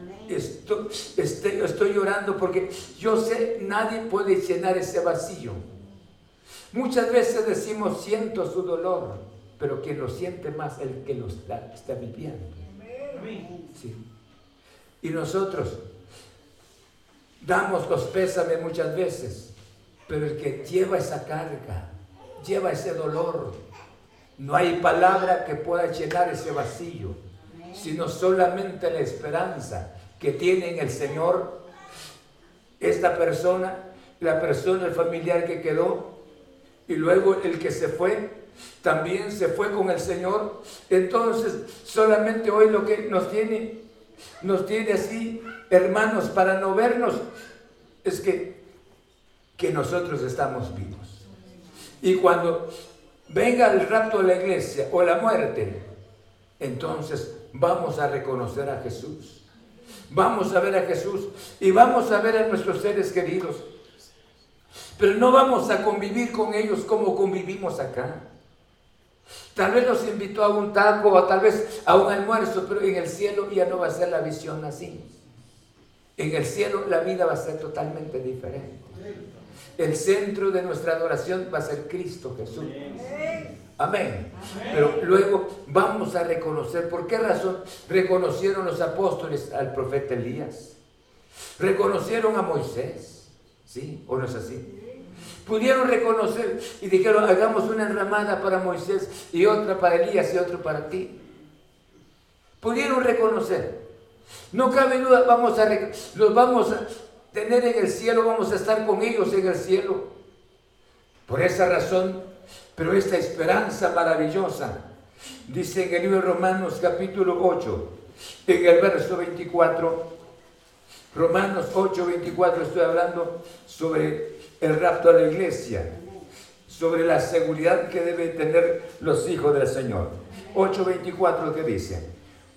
Estoy llorando porque yo sé, nadie puede llenar ese vacío. Muchas veces decimos: siento su dolor, pero quien lo siente más el que lo está viviendo. Sí. Y nosotros damos los pésames muchas veces, pero el que lleva esa carga, lleva ese dolor, no hay palabra que pueda llenar ese vacío, sino solamente la esperanza que tiene en el Señor esta persona, la persona, el familiar que quedó, y luego el que se fue. también se fue con el Señor. Entonces, solamente hoy lo que nos tiene así, hermanos, para no vernos, es que nosotros estamos vivos. Y cuando venga el rapto de la iglesia o la muerte, entonces vamos a reconocer a Jesús. Vamos a ver a Jesús y vamos a ver a nuestros seres queridos. Pero no vamos a convivir con ellos como convivimos acá. Tal vez nos invitó a un taco o tal vez a un almuerzo, pero en el cielo ya no va a ser la visión así. En el cielo la vida va a ser totalmente diferente. El centro de nuestra adoración va a ser Cristo Jesús. Amén. Pero luego vamos a reconocer. ¿Por qué razón reconocieron los apóstoles al profeta Elías? Reconocieron a Moisés. ¿Sí? ¿O no es así? Pudieron reconocer y dijeron, hagamos una enramada para Moisés y otra para Elías y otra para ti. Pudieron reconocer. No cabe duda, los vamos a tener en el cielo, vamos a estar con ellos en el cielo. Por esa razón, pero esta esperanza maravillosa, dice en el libro de Romanos capítulo 8, en el verso 24, Romanos 8, 24, estoy hablando sobre el rapto a la iglesia, sobre la seguridad que deben tener los hijos del Señor. 8, 24, ¿qué dice?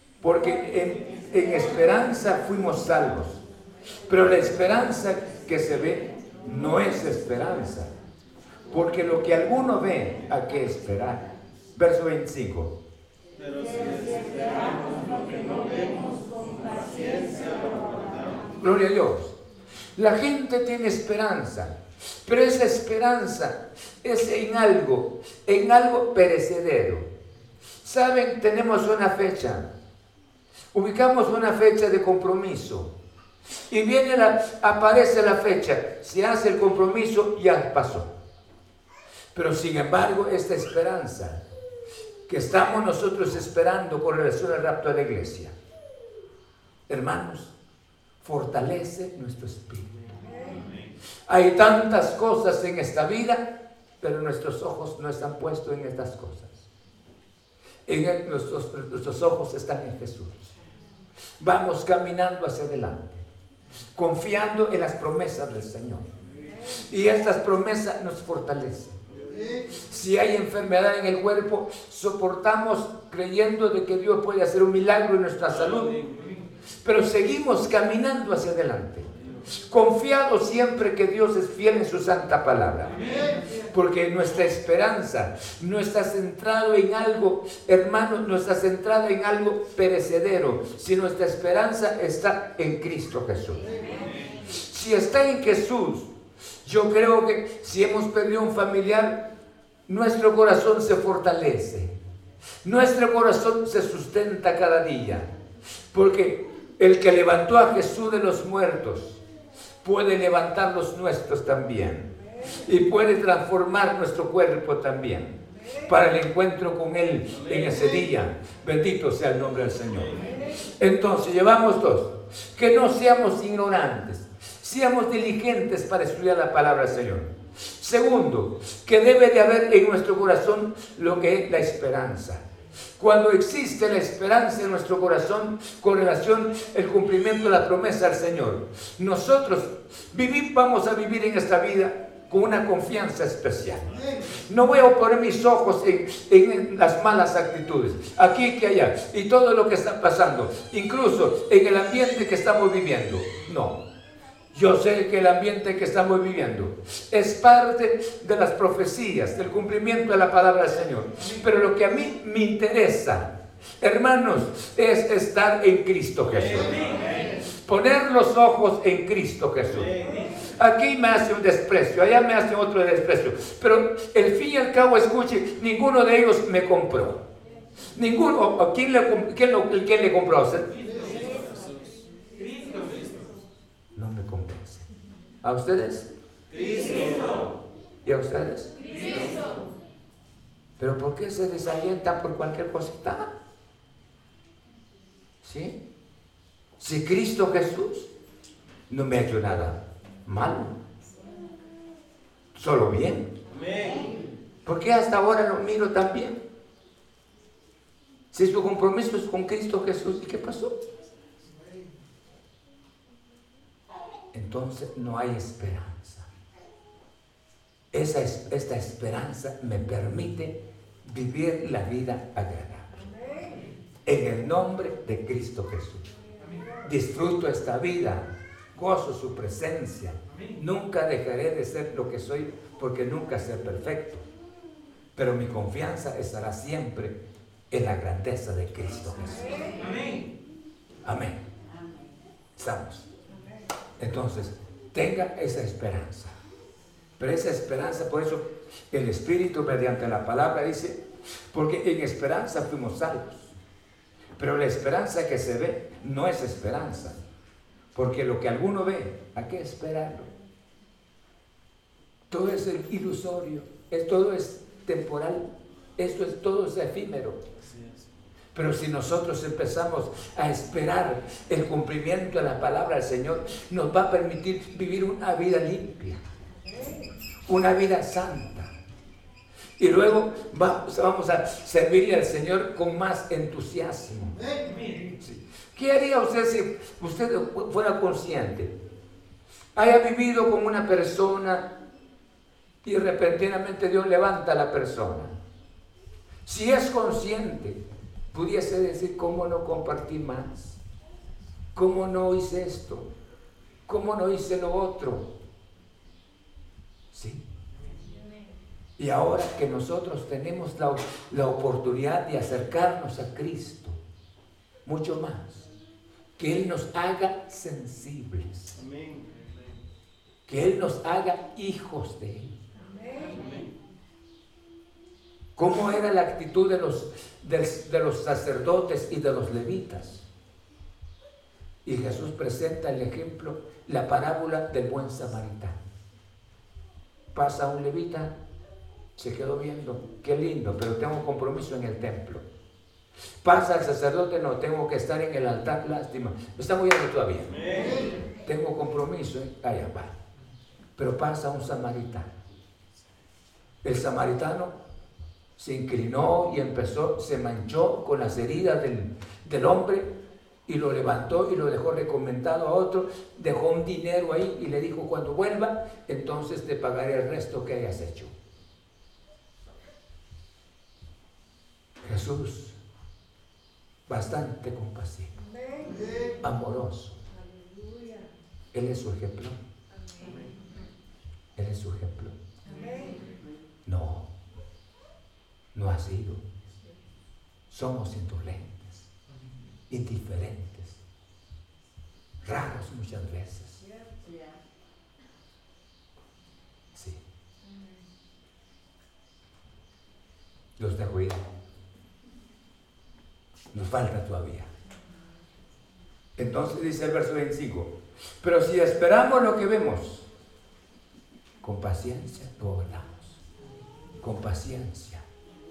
Porque en esperanza fuimos salvos, pero la esperanza que se ve no es esperanza, porque lo que alguno ve, ¿a qué esperar? Verso 25.
Pero si esperamos lo que no vemos, con paciencia lo aguardamos.
Gloria a Dios. La gente tiene esperanza, pero esa esperanza es en algo perecedero. ¿Saben? Tenemos una fecha. Ubicamos una fecha de compromiso. Y aparece la fecha. Se hace el compromiso, ya pasó. Pero sin embargo, esta esperanza que estamos nosotros esperando con relación al rapto de la iglesia, hermanos, fortalece nuestro espíritu. Hay tantas cosas en esta vida, pero nuestros ojos no están puestos en estas cosas. Nuestros ojos están en Jesús. Vamos caminando hacia adelante, confiando en las promesas del Señor. Y estas promesas nos fortalecen. Si hay enfermedad en el cuerpo, soportamos creyendo de que Dios puede hacer un milagro en nuestra salud. Pero seguimos caminando hacia adelante, confiados siempre que Dios es fiel en su santa palabra. Porque nuestra esperanza no está centrada en algo, hermanos, no está centrada en algo perecedero, sino nuestra esperanza está en Cristo Jesús. Si está en Jesús, yo creo que si hemos perdido un familiar, nuestro corazón se fortalece, nuestro corazón se sustenta cada día, porque el que levantó a Jesús de los muertos puede levantar los nuestros también y puede transformar nuestro cuerpo también para el encuentro con Él en ese día. Bendito sea el nombre del Señor. Entonces, llevamos dos: que no seamos ignorantes, seamos diligentes para estudiar la palabra del Señor. Segundo, que debe de haber en nuestro corazón lo que es la esperanza. Cuando existe la esperanza en nuestro corazón con relación al cumplimiento de la promesa del Señor, nosotros vamos a vivir en esta vida con una confianza especial. No voy a poner mis ojos en las malas actitudes, aquí que allá, y todo lo que está pasando, incluso en el ambiente que estamos viviendo. No. Yo sé que el ambiente que estamos viviendo es parte de las profecías, del cumplimiento de la palabra del Señor. Pero lo que a mí me interesa, hermanos, es estar en Cristo Jesús. Poner los ojos en Cristo Jesús. Aquí me hace un desprecio, allá me hace otro desprecio. Pero el fin y al cabo, escuche, ninguno de ellos me compró. Ninguno. ¿Quién le compró a usted? ¿A ustedes?
Cristo.
¿Y a ustedes?
Cristo.
¿Pero por qué se desalientan por cualquier cosita? ¿Sí? Si Cristo Jesús no me ha hecho nada malo, solo bien.
Amén.
¿Por qué hasta ahora lo miro tan bien? Si su compromiso es con Cristo Jesús, ¿y qué pasó? Entonces no hay esperanza. Esta esperanza me permite vivir la vida agradable. En el nombre de Cristo Jesús. Disfruto esta vida, gozo su presencia. Nunca dejaré de ser lo que soy, porque nunca seré perfecto. Pero mi confianza estará siempre en la grandeza de Cristo Jesús. Amén. Estamos. Entonces, tenga esa esperanza. Pero esa esperanza, por eso el Espíritu mediante la palabra dice, porque en esperanza fuimos salvos. Pero la esperanza que se ve no es esperanza. Porque lo que alguno ve, hay que esperarlo. Todo es ilusorio, todo es temporal, todo es efímero. Pero si nosotros empezamos a esperar el cumplimiento de la palabra del Señor, nos va a permitir vivir una vida limpia, una vida santa. Y luego vamos a servirle al Señor con más entusiasmo. Sí. ¿Qué haría usted si usted fuera consciente? Haya vivido con una persona y repentinamente Dios levanta a la persona. Si es consciente, pudiese decir, ¿cómo no compartí más? ¿Cómo no hice esto? ¿Cómo no hice lo otro? ¿Sí? Y ahora que nosotros tenemos la oportunidad de acercarnos a Cristo, mucho más, que Él nos haga sensibles, que Él nos haga hijos de Él. ¿Cómo era la actitud de los sacerdotes y de los levitas? Y Jesús presenta el ejemplo, la parábola del buen samaritano. Pasa un levita, se quedó viendo, qué lindo, pero tengo compromiso en el templo. Pasa el sacerdote, no, tengo que estar en el altar, lástima. Me está muriendo todavía. Tengo compromiso, allá va. Pero pasa un samaritano. El samaritano se inclinó y se manchó con las heridas del hombre y lo levantó y lo dejó recomendado a otro, dejó un dinero ahí y le dijo, cuando vuelva, entonces te pagaré el resto que hayas hecho. Jesús, bastante compasivo, amoroso. Él es su ejemplo. Él es su ejemplo. No ha sido. Somos indolentes, indiferentes, raros muchas veces. Sí. Los dejo ir. Nos falta todavía. Entonces dice el verso 25, pero si esperamos lo que vemos, con paciencia lo gobernamos. Con paciencia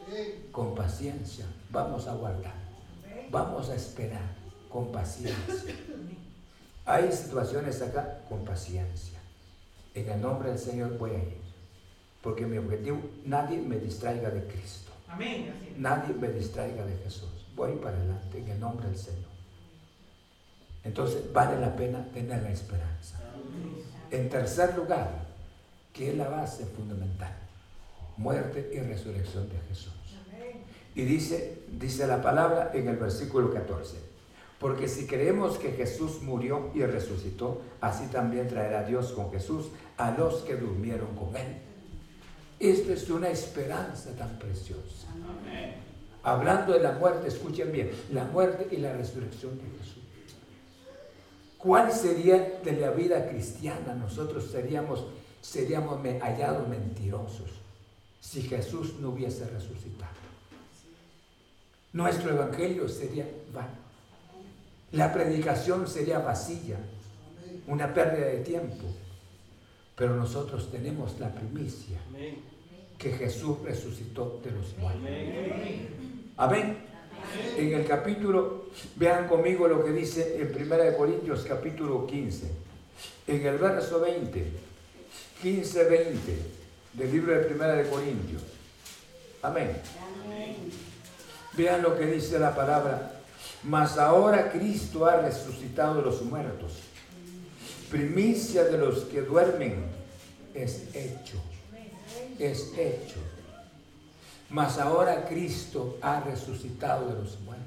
vamos a guardar, vamos a esperar con paciencia. Hay situaciones acá con paciencia. En el nombre del Señor voy a ir, porque mi objetivo, nadie me distraiga de Cristo. Amén. Nadie me distraiga de Jesús. Voy para adelante en el nombre del Señor. Entonces vale la pena tener la esperanza. En tercer lugar, que es la base fundamental, muerte y resurrección de Jesús. Y dice la palabra en el versículo 14, porque si creemos que Jesús murió y resucitó, así también traerá Dios con Jesús a los que durmieron con Él. Esto es una esperanza tan preciosa. Amén. Hablando de la muerte, escuchen bien, la muerte y la resurrección de Jesús. ¿Cuál sería de la vida cristiana? Nosotros seríamos hallados mentirosos si Jesús no hubiese resucitado. Nuestro evangelio sería vano. La predicación sería vacía, una pérdida de tiempo. Pero nosotros tenemos la primicia que Jesús resucitó de los muertos. Amén. En el capítulo, vean conmigo lo que dice en 1 Corintios capítulo 15. En el verso 20, 15-20 del libro de 1 Corintios. Amén. Vean lo que dice la palabra. Mas ahora Cristo ha resucitado de los muertos. Primicia de los que duermen. Es hecho. Es hecho. Mas ahora Cristo ha resucitado de los muertos.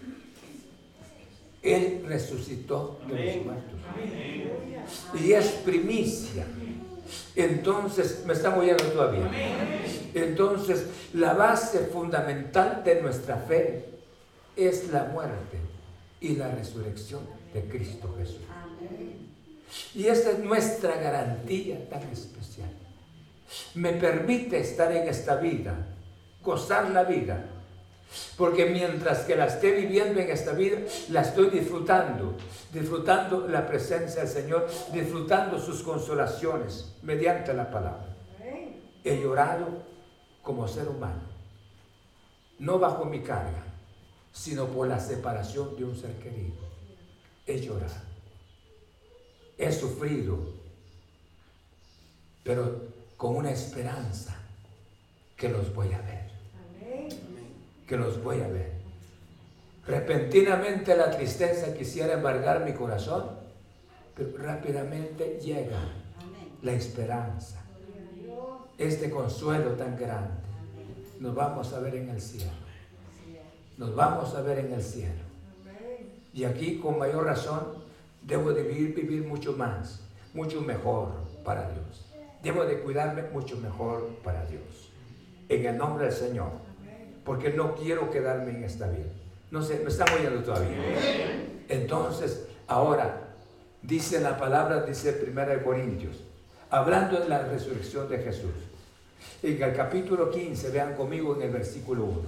Él resucitó de los muertos. Y es primicia. Entonces, ¿me están oyendo todavía? Entonces, la base fundamental de nuestra fe es la muerte y la resurrección de Cristo Jesús. Y esa es nuestra garantía tan especial. Me permite estar en esta vida, gozar la vida, porque mientras que la esté viviendo en esta vida, la estoy disfrutando la presencia del Señor, disfrutando sus consolaciones mediante la palabra. He llorado como ser humano, no bajo mi carga, sino por la separación de un ser querido. He llorado, he sufrido, pero con una esperanza que los voy a ver. Que los voy a ver. Repentinamente la tristeza quisiera embargar mi corazón, pero rápidamente llega la esperanza, este consuelo tan grande. Nos vamos a ver en el cielo. Nos vamos a ver en el cielo. Y aquí con mayor razón debo de vivir mucho más, mucho mejor para Dios. Debo de cuidarme mucho mejor para Dios. En el nombre del Señor. Porque no quiero quedarme en esta vida. No sé, ¿me están oyendo todavía? Entonces, ahora, dice la palabra, dice 1 Corintios, hablando de la resurrección de Jesús. En el capítulo 15, vean conmigo en el versículo 1.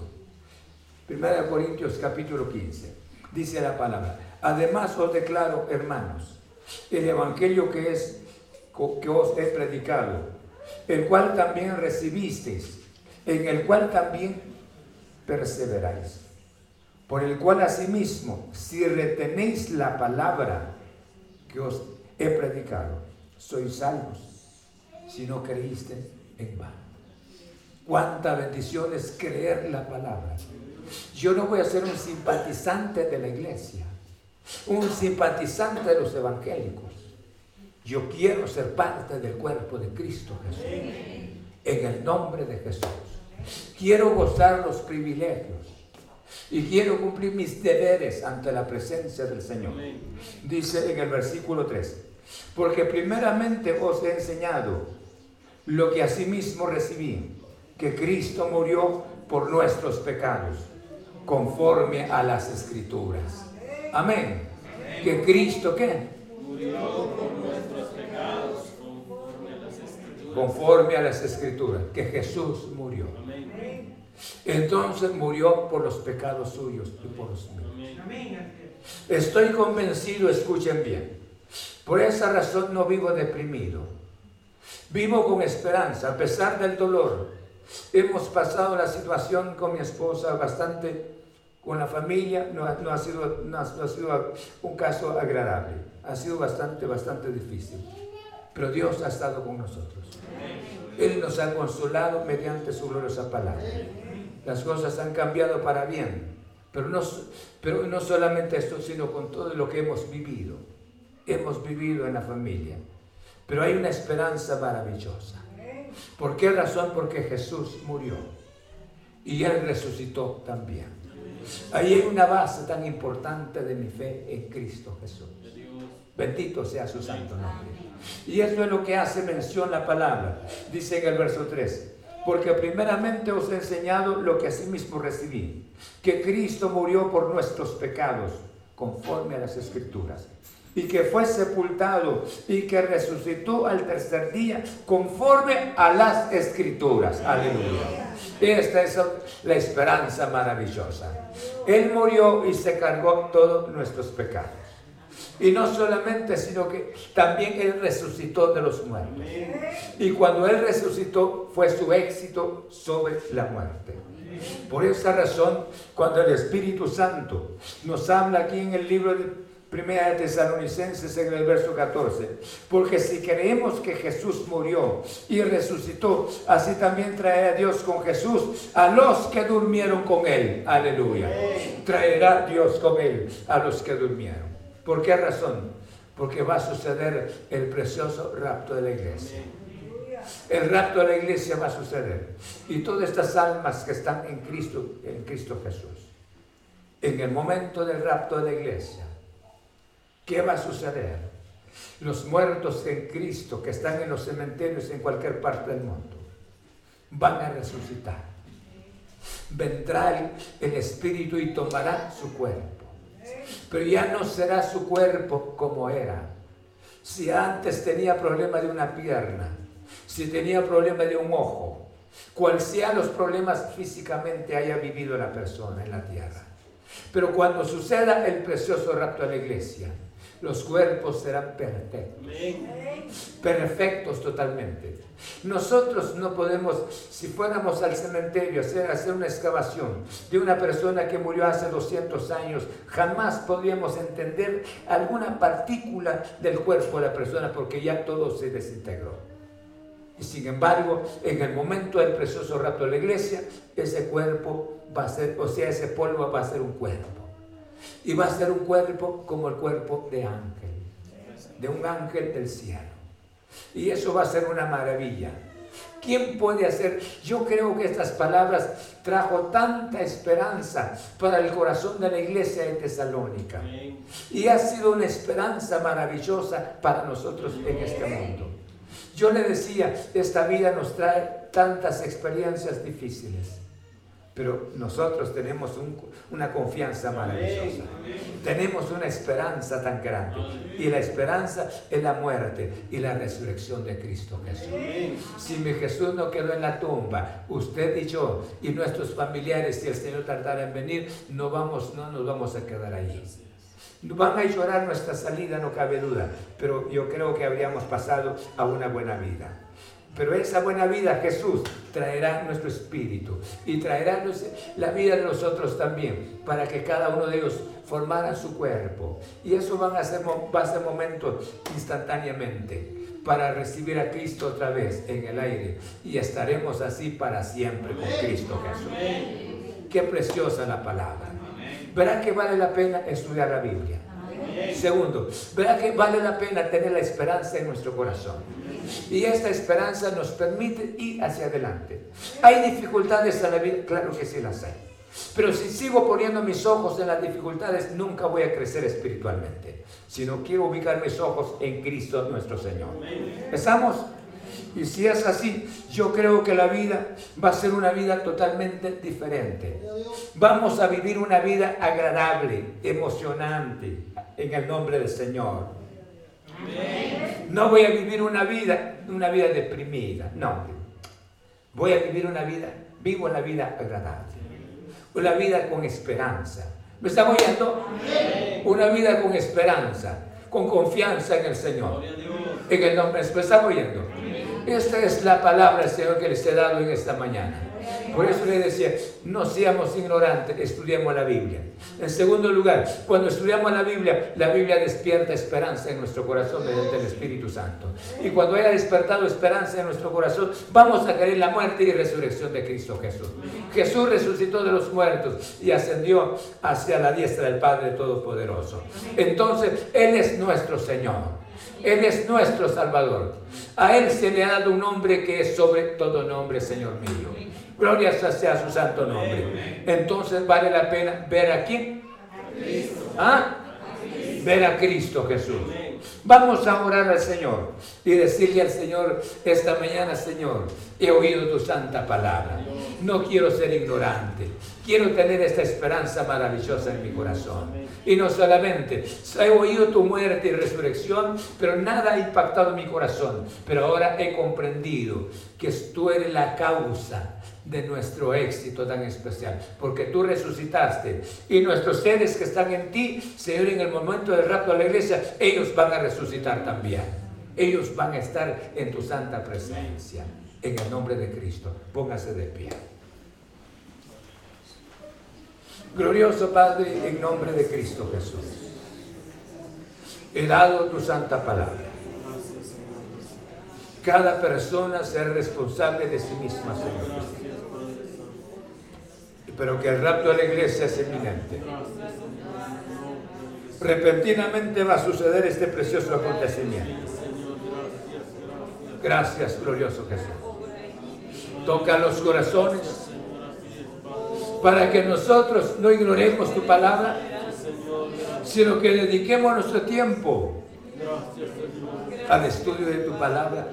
1 Corintios capítulo 15, dice la palabra, además os declaro, hermanos, el evangelio que os he predicado, el cual también recibisteis, en el cual también perseveráis, por el cual asimismo, si retenéis la palabra que os he predicado, sois salvos, si no creíste en vano. Cuánta bendición es creer la palabra. Yo no voy a ser un simpatizante de la iglesia, un simpatizante de los evangélicos. Yo quiero ser parte del cuerpo de Cristo Jesús, en el nombre de Jesús. Quiero gozar los privilegios y quiero cumplir mis deberes ante la presencia del Señor. Dice en el versículo 3, porque primeramente os he enseñado lo que asimismo recibí, que Cristo murió por nuestros pecados, conforme a las Escrituras. Amén. Que Cristo, ¿qué?
Murió por nuestros pecados,
conforme a las Escrituras, que Jesús murió. Entonces murió por los pecados suyos y por los míos. Estoy convencido, escuchen bien, por esa razón no vivo deprimido, vivo con esperanza a pesar del dolor. Hemos pasado la situación con mi esposa bastante, con la familia, no ha sido un caso agradable, ha sido bastante difícil, pero Dios ha estado con nosotros. Él nos ha consolado mediante su gloriosa palabra. Las cosas han cambiado para bien, pero no solamente esto, sino con todo lo que hemos vivido. Hemos vivido en la familia, pero hay una esperanza maravillosa. ¿Por qué razón? Porque Jesús murió y Él resucitó también. Ahí hay una base tan importante de mi fe en Cristo Jesús. Bendito sea su santo nombre. Y eso es lo que hace mención la palabra. Dice en el verso 3, porque primeramente os he enseñado lo que asimismo recibí, que Cristo murió por nuestros pecados, conforme a las Escrituras, y que fue sepultado y que resucitó al tercer día, conforme a las Escrituras. Aleluya. Esta es la esperanza maravillosa. Él murió y se cargó todos nuestros pecados. Y no solamente, sino que también Él resucitó de los muertos. Y cuando Él resucitó, fue su éxito sobre la muerte. Por esa razón, cuando el Espíritu Santo nos habla aquí en el libro de Primera de Tesalonicenses en el verso 14. Porque si creemos que Jesús murió y resucitó, así también traerá Dios con Jesús a los que durmieron con Él. Aleluya. Traerá Dios con Él a los que durmieron. ¿Por qué razón? Porque va a suceder el precioso rapto de la iglesia. El rapto de la iglesia va a suceder. Y todas estas almas que están en Cristo Jesús. En el momento del rapto de la iglesia, ¿qué va a suceder? Los muertos en Cristo que están en los cementerios en cualquier parte del mundo van a resucitar. Vendrá el Espíritu y tomará su cuerpo. Pero ya no será su cuerpo como era. Si antes tenía problema de una pierna, si tenía problema de un ojo, cual sea los problemas físicamente haya vivido la persona en la tierra. Pero cuando suceda el precioso rapto de la iglesia, los cuerpos serán perfectos. Perfectos totalmente. Nosotros no podemos, si fuéramos al cementerio a hacer una excavación de una persona que murió hace 200 años, jamás podríamos entender alguna partícula del cuerpo de la persona porque ya todo se desintegró. Y sin embargo, en el momento del precioso rapto de la iglesia, ese cuerpo va a ser, o sea, ese polvo va a ser un cuerpo. Y va a ser un cuerpo como el cuerpo de ángel, de un ángel del cielo. Y eso va a ser una maravilla. ¿Quién puede hacer? Yo creo que estas palabras trajo tanta esperanza para el corazón de la iglesia de Tesalónica. Y ha sido una esperanza maravillosa para nosotros en este mundo. Yo le decía, esta vida nos trae tantas experiencias difíciles, pero nosotros tenemos una confianza maravillosa. Tenemos una esperanza tan grande. Y la esperanza es la muerte y la resurrección de Cristo Jesús. Si mi Jesús no quedó en la tumba, usted y yo y nuestros familiares, si el Señor tardara en venir, no nos vamos a quedar allí. Van a llorar nuestra salida, no cabe duda, pero yo creo que habríamos pasado a una buena vida. Pero esa buena vida Jesús traerá nuestro espíritu y traerá la vida de nosotros también, para que cada uno de ellos formara su cuerpo. Y eso va a ser momentos instantáneamente para recibir a Cristo otra vez en el aire. Y estaremos así para siempre con Cristo Jesús. Qué preciosa la palabra. ¿Verá que vale la pena estudiar la Biblia? Segundo, ¿verá que vale la pena tener la esperanza en nuestro corazón? Y esta esperanza nos permite ir hacia adelante. ¿Hay dificultades en la vida? Claro que sí las hay. Pero si sigo poniendo mis ojos en las dificultades, nunca voy a crecer espiritualmente. Sino quiero ubicar mis ojos en Cristo nuestro Señor. ¿Estamos? Y si es así, yo creo que la vida va a ser una vida totalmente diferente. Vamos a vivir una vida agradable, emocionante, en el nombre del Señor. No voy a vivir una vida deprimida, no. Voy a vivir vivo la vida agradable. Una vida con esperanza. ¿Me está oyendo? Una vida con esperanza, con confianza en el Señor. En el nombre, ¿me está oyendo? Esta es la palabra del Señor que les he dado en esta mañana. Por eso les decía, no seamos ignorantes, estudiemos la Biblia. En segundo lugar, cuando estudiamos la Biblia despierta esperanza en nuestro corazón mediante el Espíritu Santo. Y cuando haya despertado esperanza en nuestro corazón, vamos a querer la muerte y resurrección de Cristo Jesús. Jesús resucitó de los muertos y ascendió hacia la diestra del Padre Todopoderoso. Entonces, Él es nuestro Señor. Él es nuestro Salvador. A Él se le ha dado un nombre que es sobre todo nombre, Señor mío. Gloria sea su santo nombre. Entonces vale la pena ver a quién. ¿Ah? Ver a Cristo Jesús. Vamos a orar al Señor y decirle al Señor esta mañana: Señor, he oído tu santa palabra. No quiero ser ignorante. Quiero tener esta esperanza maravillosa en mi corazón. Y no solamente, he oído tu muerte y resurrección, pero nada ha impactado mi corazón. Pero ahora he comprendido que tú eres la causa de nuestro éxito tan especial, porque tú resucitaste y nuestros seres que están en ti, Señor, en el momento del rapto de la iglesia, ellos van a resucitar también. Ellos van a estar en tu santa presencia. En el nombre de Cristo, póngase de pie. Glorioso Padre, en nombre de Cristo Jesús, he dado tu santa palabra. Cada persona será responsable de sí misma, Señor. Pero que el rapto de la iglesia es inminente. Repentinamente va a suceder este precioso acontecimiento. Gracias, glorioso Jesús. Toca los corazones para que nosotros no ignoremos tu palabra, sino que dediquemos nuestro tiempo al estudio de tu palabra,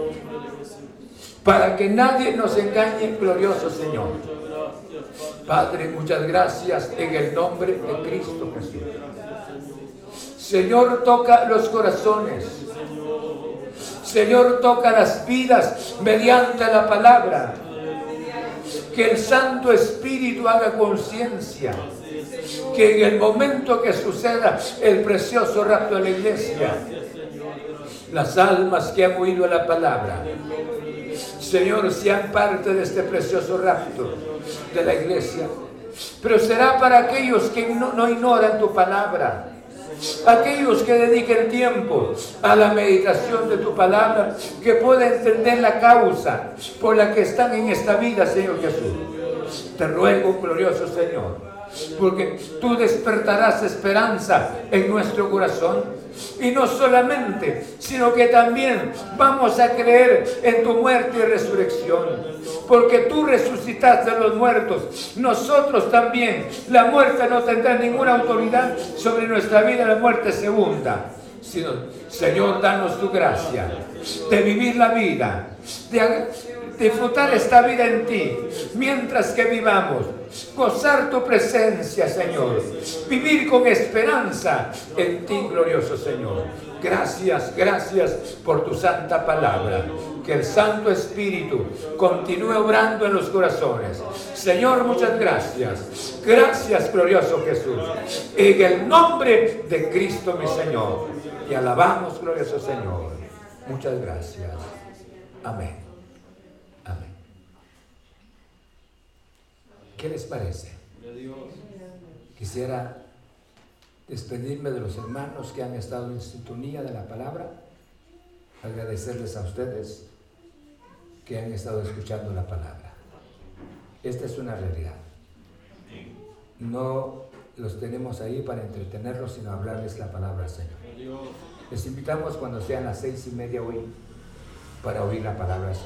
para que nadie nos engañe, glorioso Señor. Padre, muchas gracias en el nombre de Cristo Jesús. Señor, toca los corazones. Señor, toca las vidas mediante la palabra. Que el Santo Espíritu haga conciencia que en el momento que suceda el precioso rapto de la iglesia, las almas que han oído la palabra, Señor, sean parte de este precioso rapto de la iglesia. Pero será para aquellos que no ignoran tu palabra, aquellos que dediquen tiempo a la meditación de tu palabra, que puedan entender la causa por la que están en esta vida, Señor Jesús. Te ruego, glorioso Señor, porque tú despertarás esperanza en nuestro corazón. Y no solamente, sino que también vamos a creer en tu muerte y resurrección. Porque tú resucitaste a los muertos. Nosotros también. La muerte no tendrá ninguna autoridad sobre nuestra vida, la muerte segunda. Sino, Señor, danos tu gracia de vivir la vida, de disfrutar esta vida en ti, mientras que vivamos, gozar tu presencia, Señor, vivir con esperanza en ti, glorioso Señor. Gracias, gracias por tu santa palabra. Que el Santo Espíritu continúe obrando en los corazones. Señor, muchas gracias. Gracias, glorioso Jesús. En el nombre de Cristo, mi Señor. Y alabamos, glorioso Señor. Muchas gracias. Amén. Amén. ¿Qué les parece? Quisiera despedirme de los hermanos que han estado en sintonía de la palabra, agradecerles a ustedes que han estado escuchando la palabra. Esta es una realidad. No los tenemos ahí para entretenerlos, sino hablarles la palabra al Señor. Les invitamos cuando sean las 6:30 hoy para oír la palabra del Señor.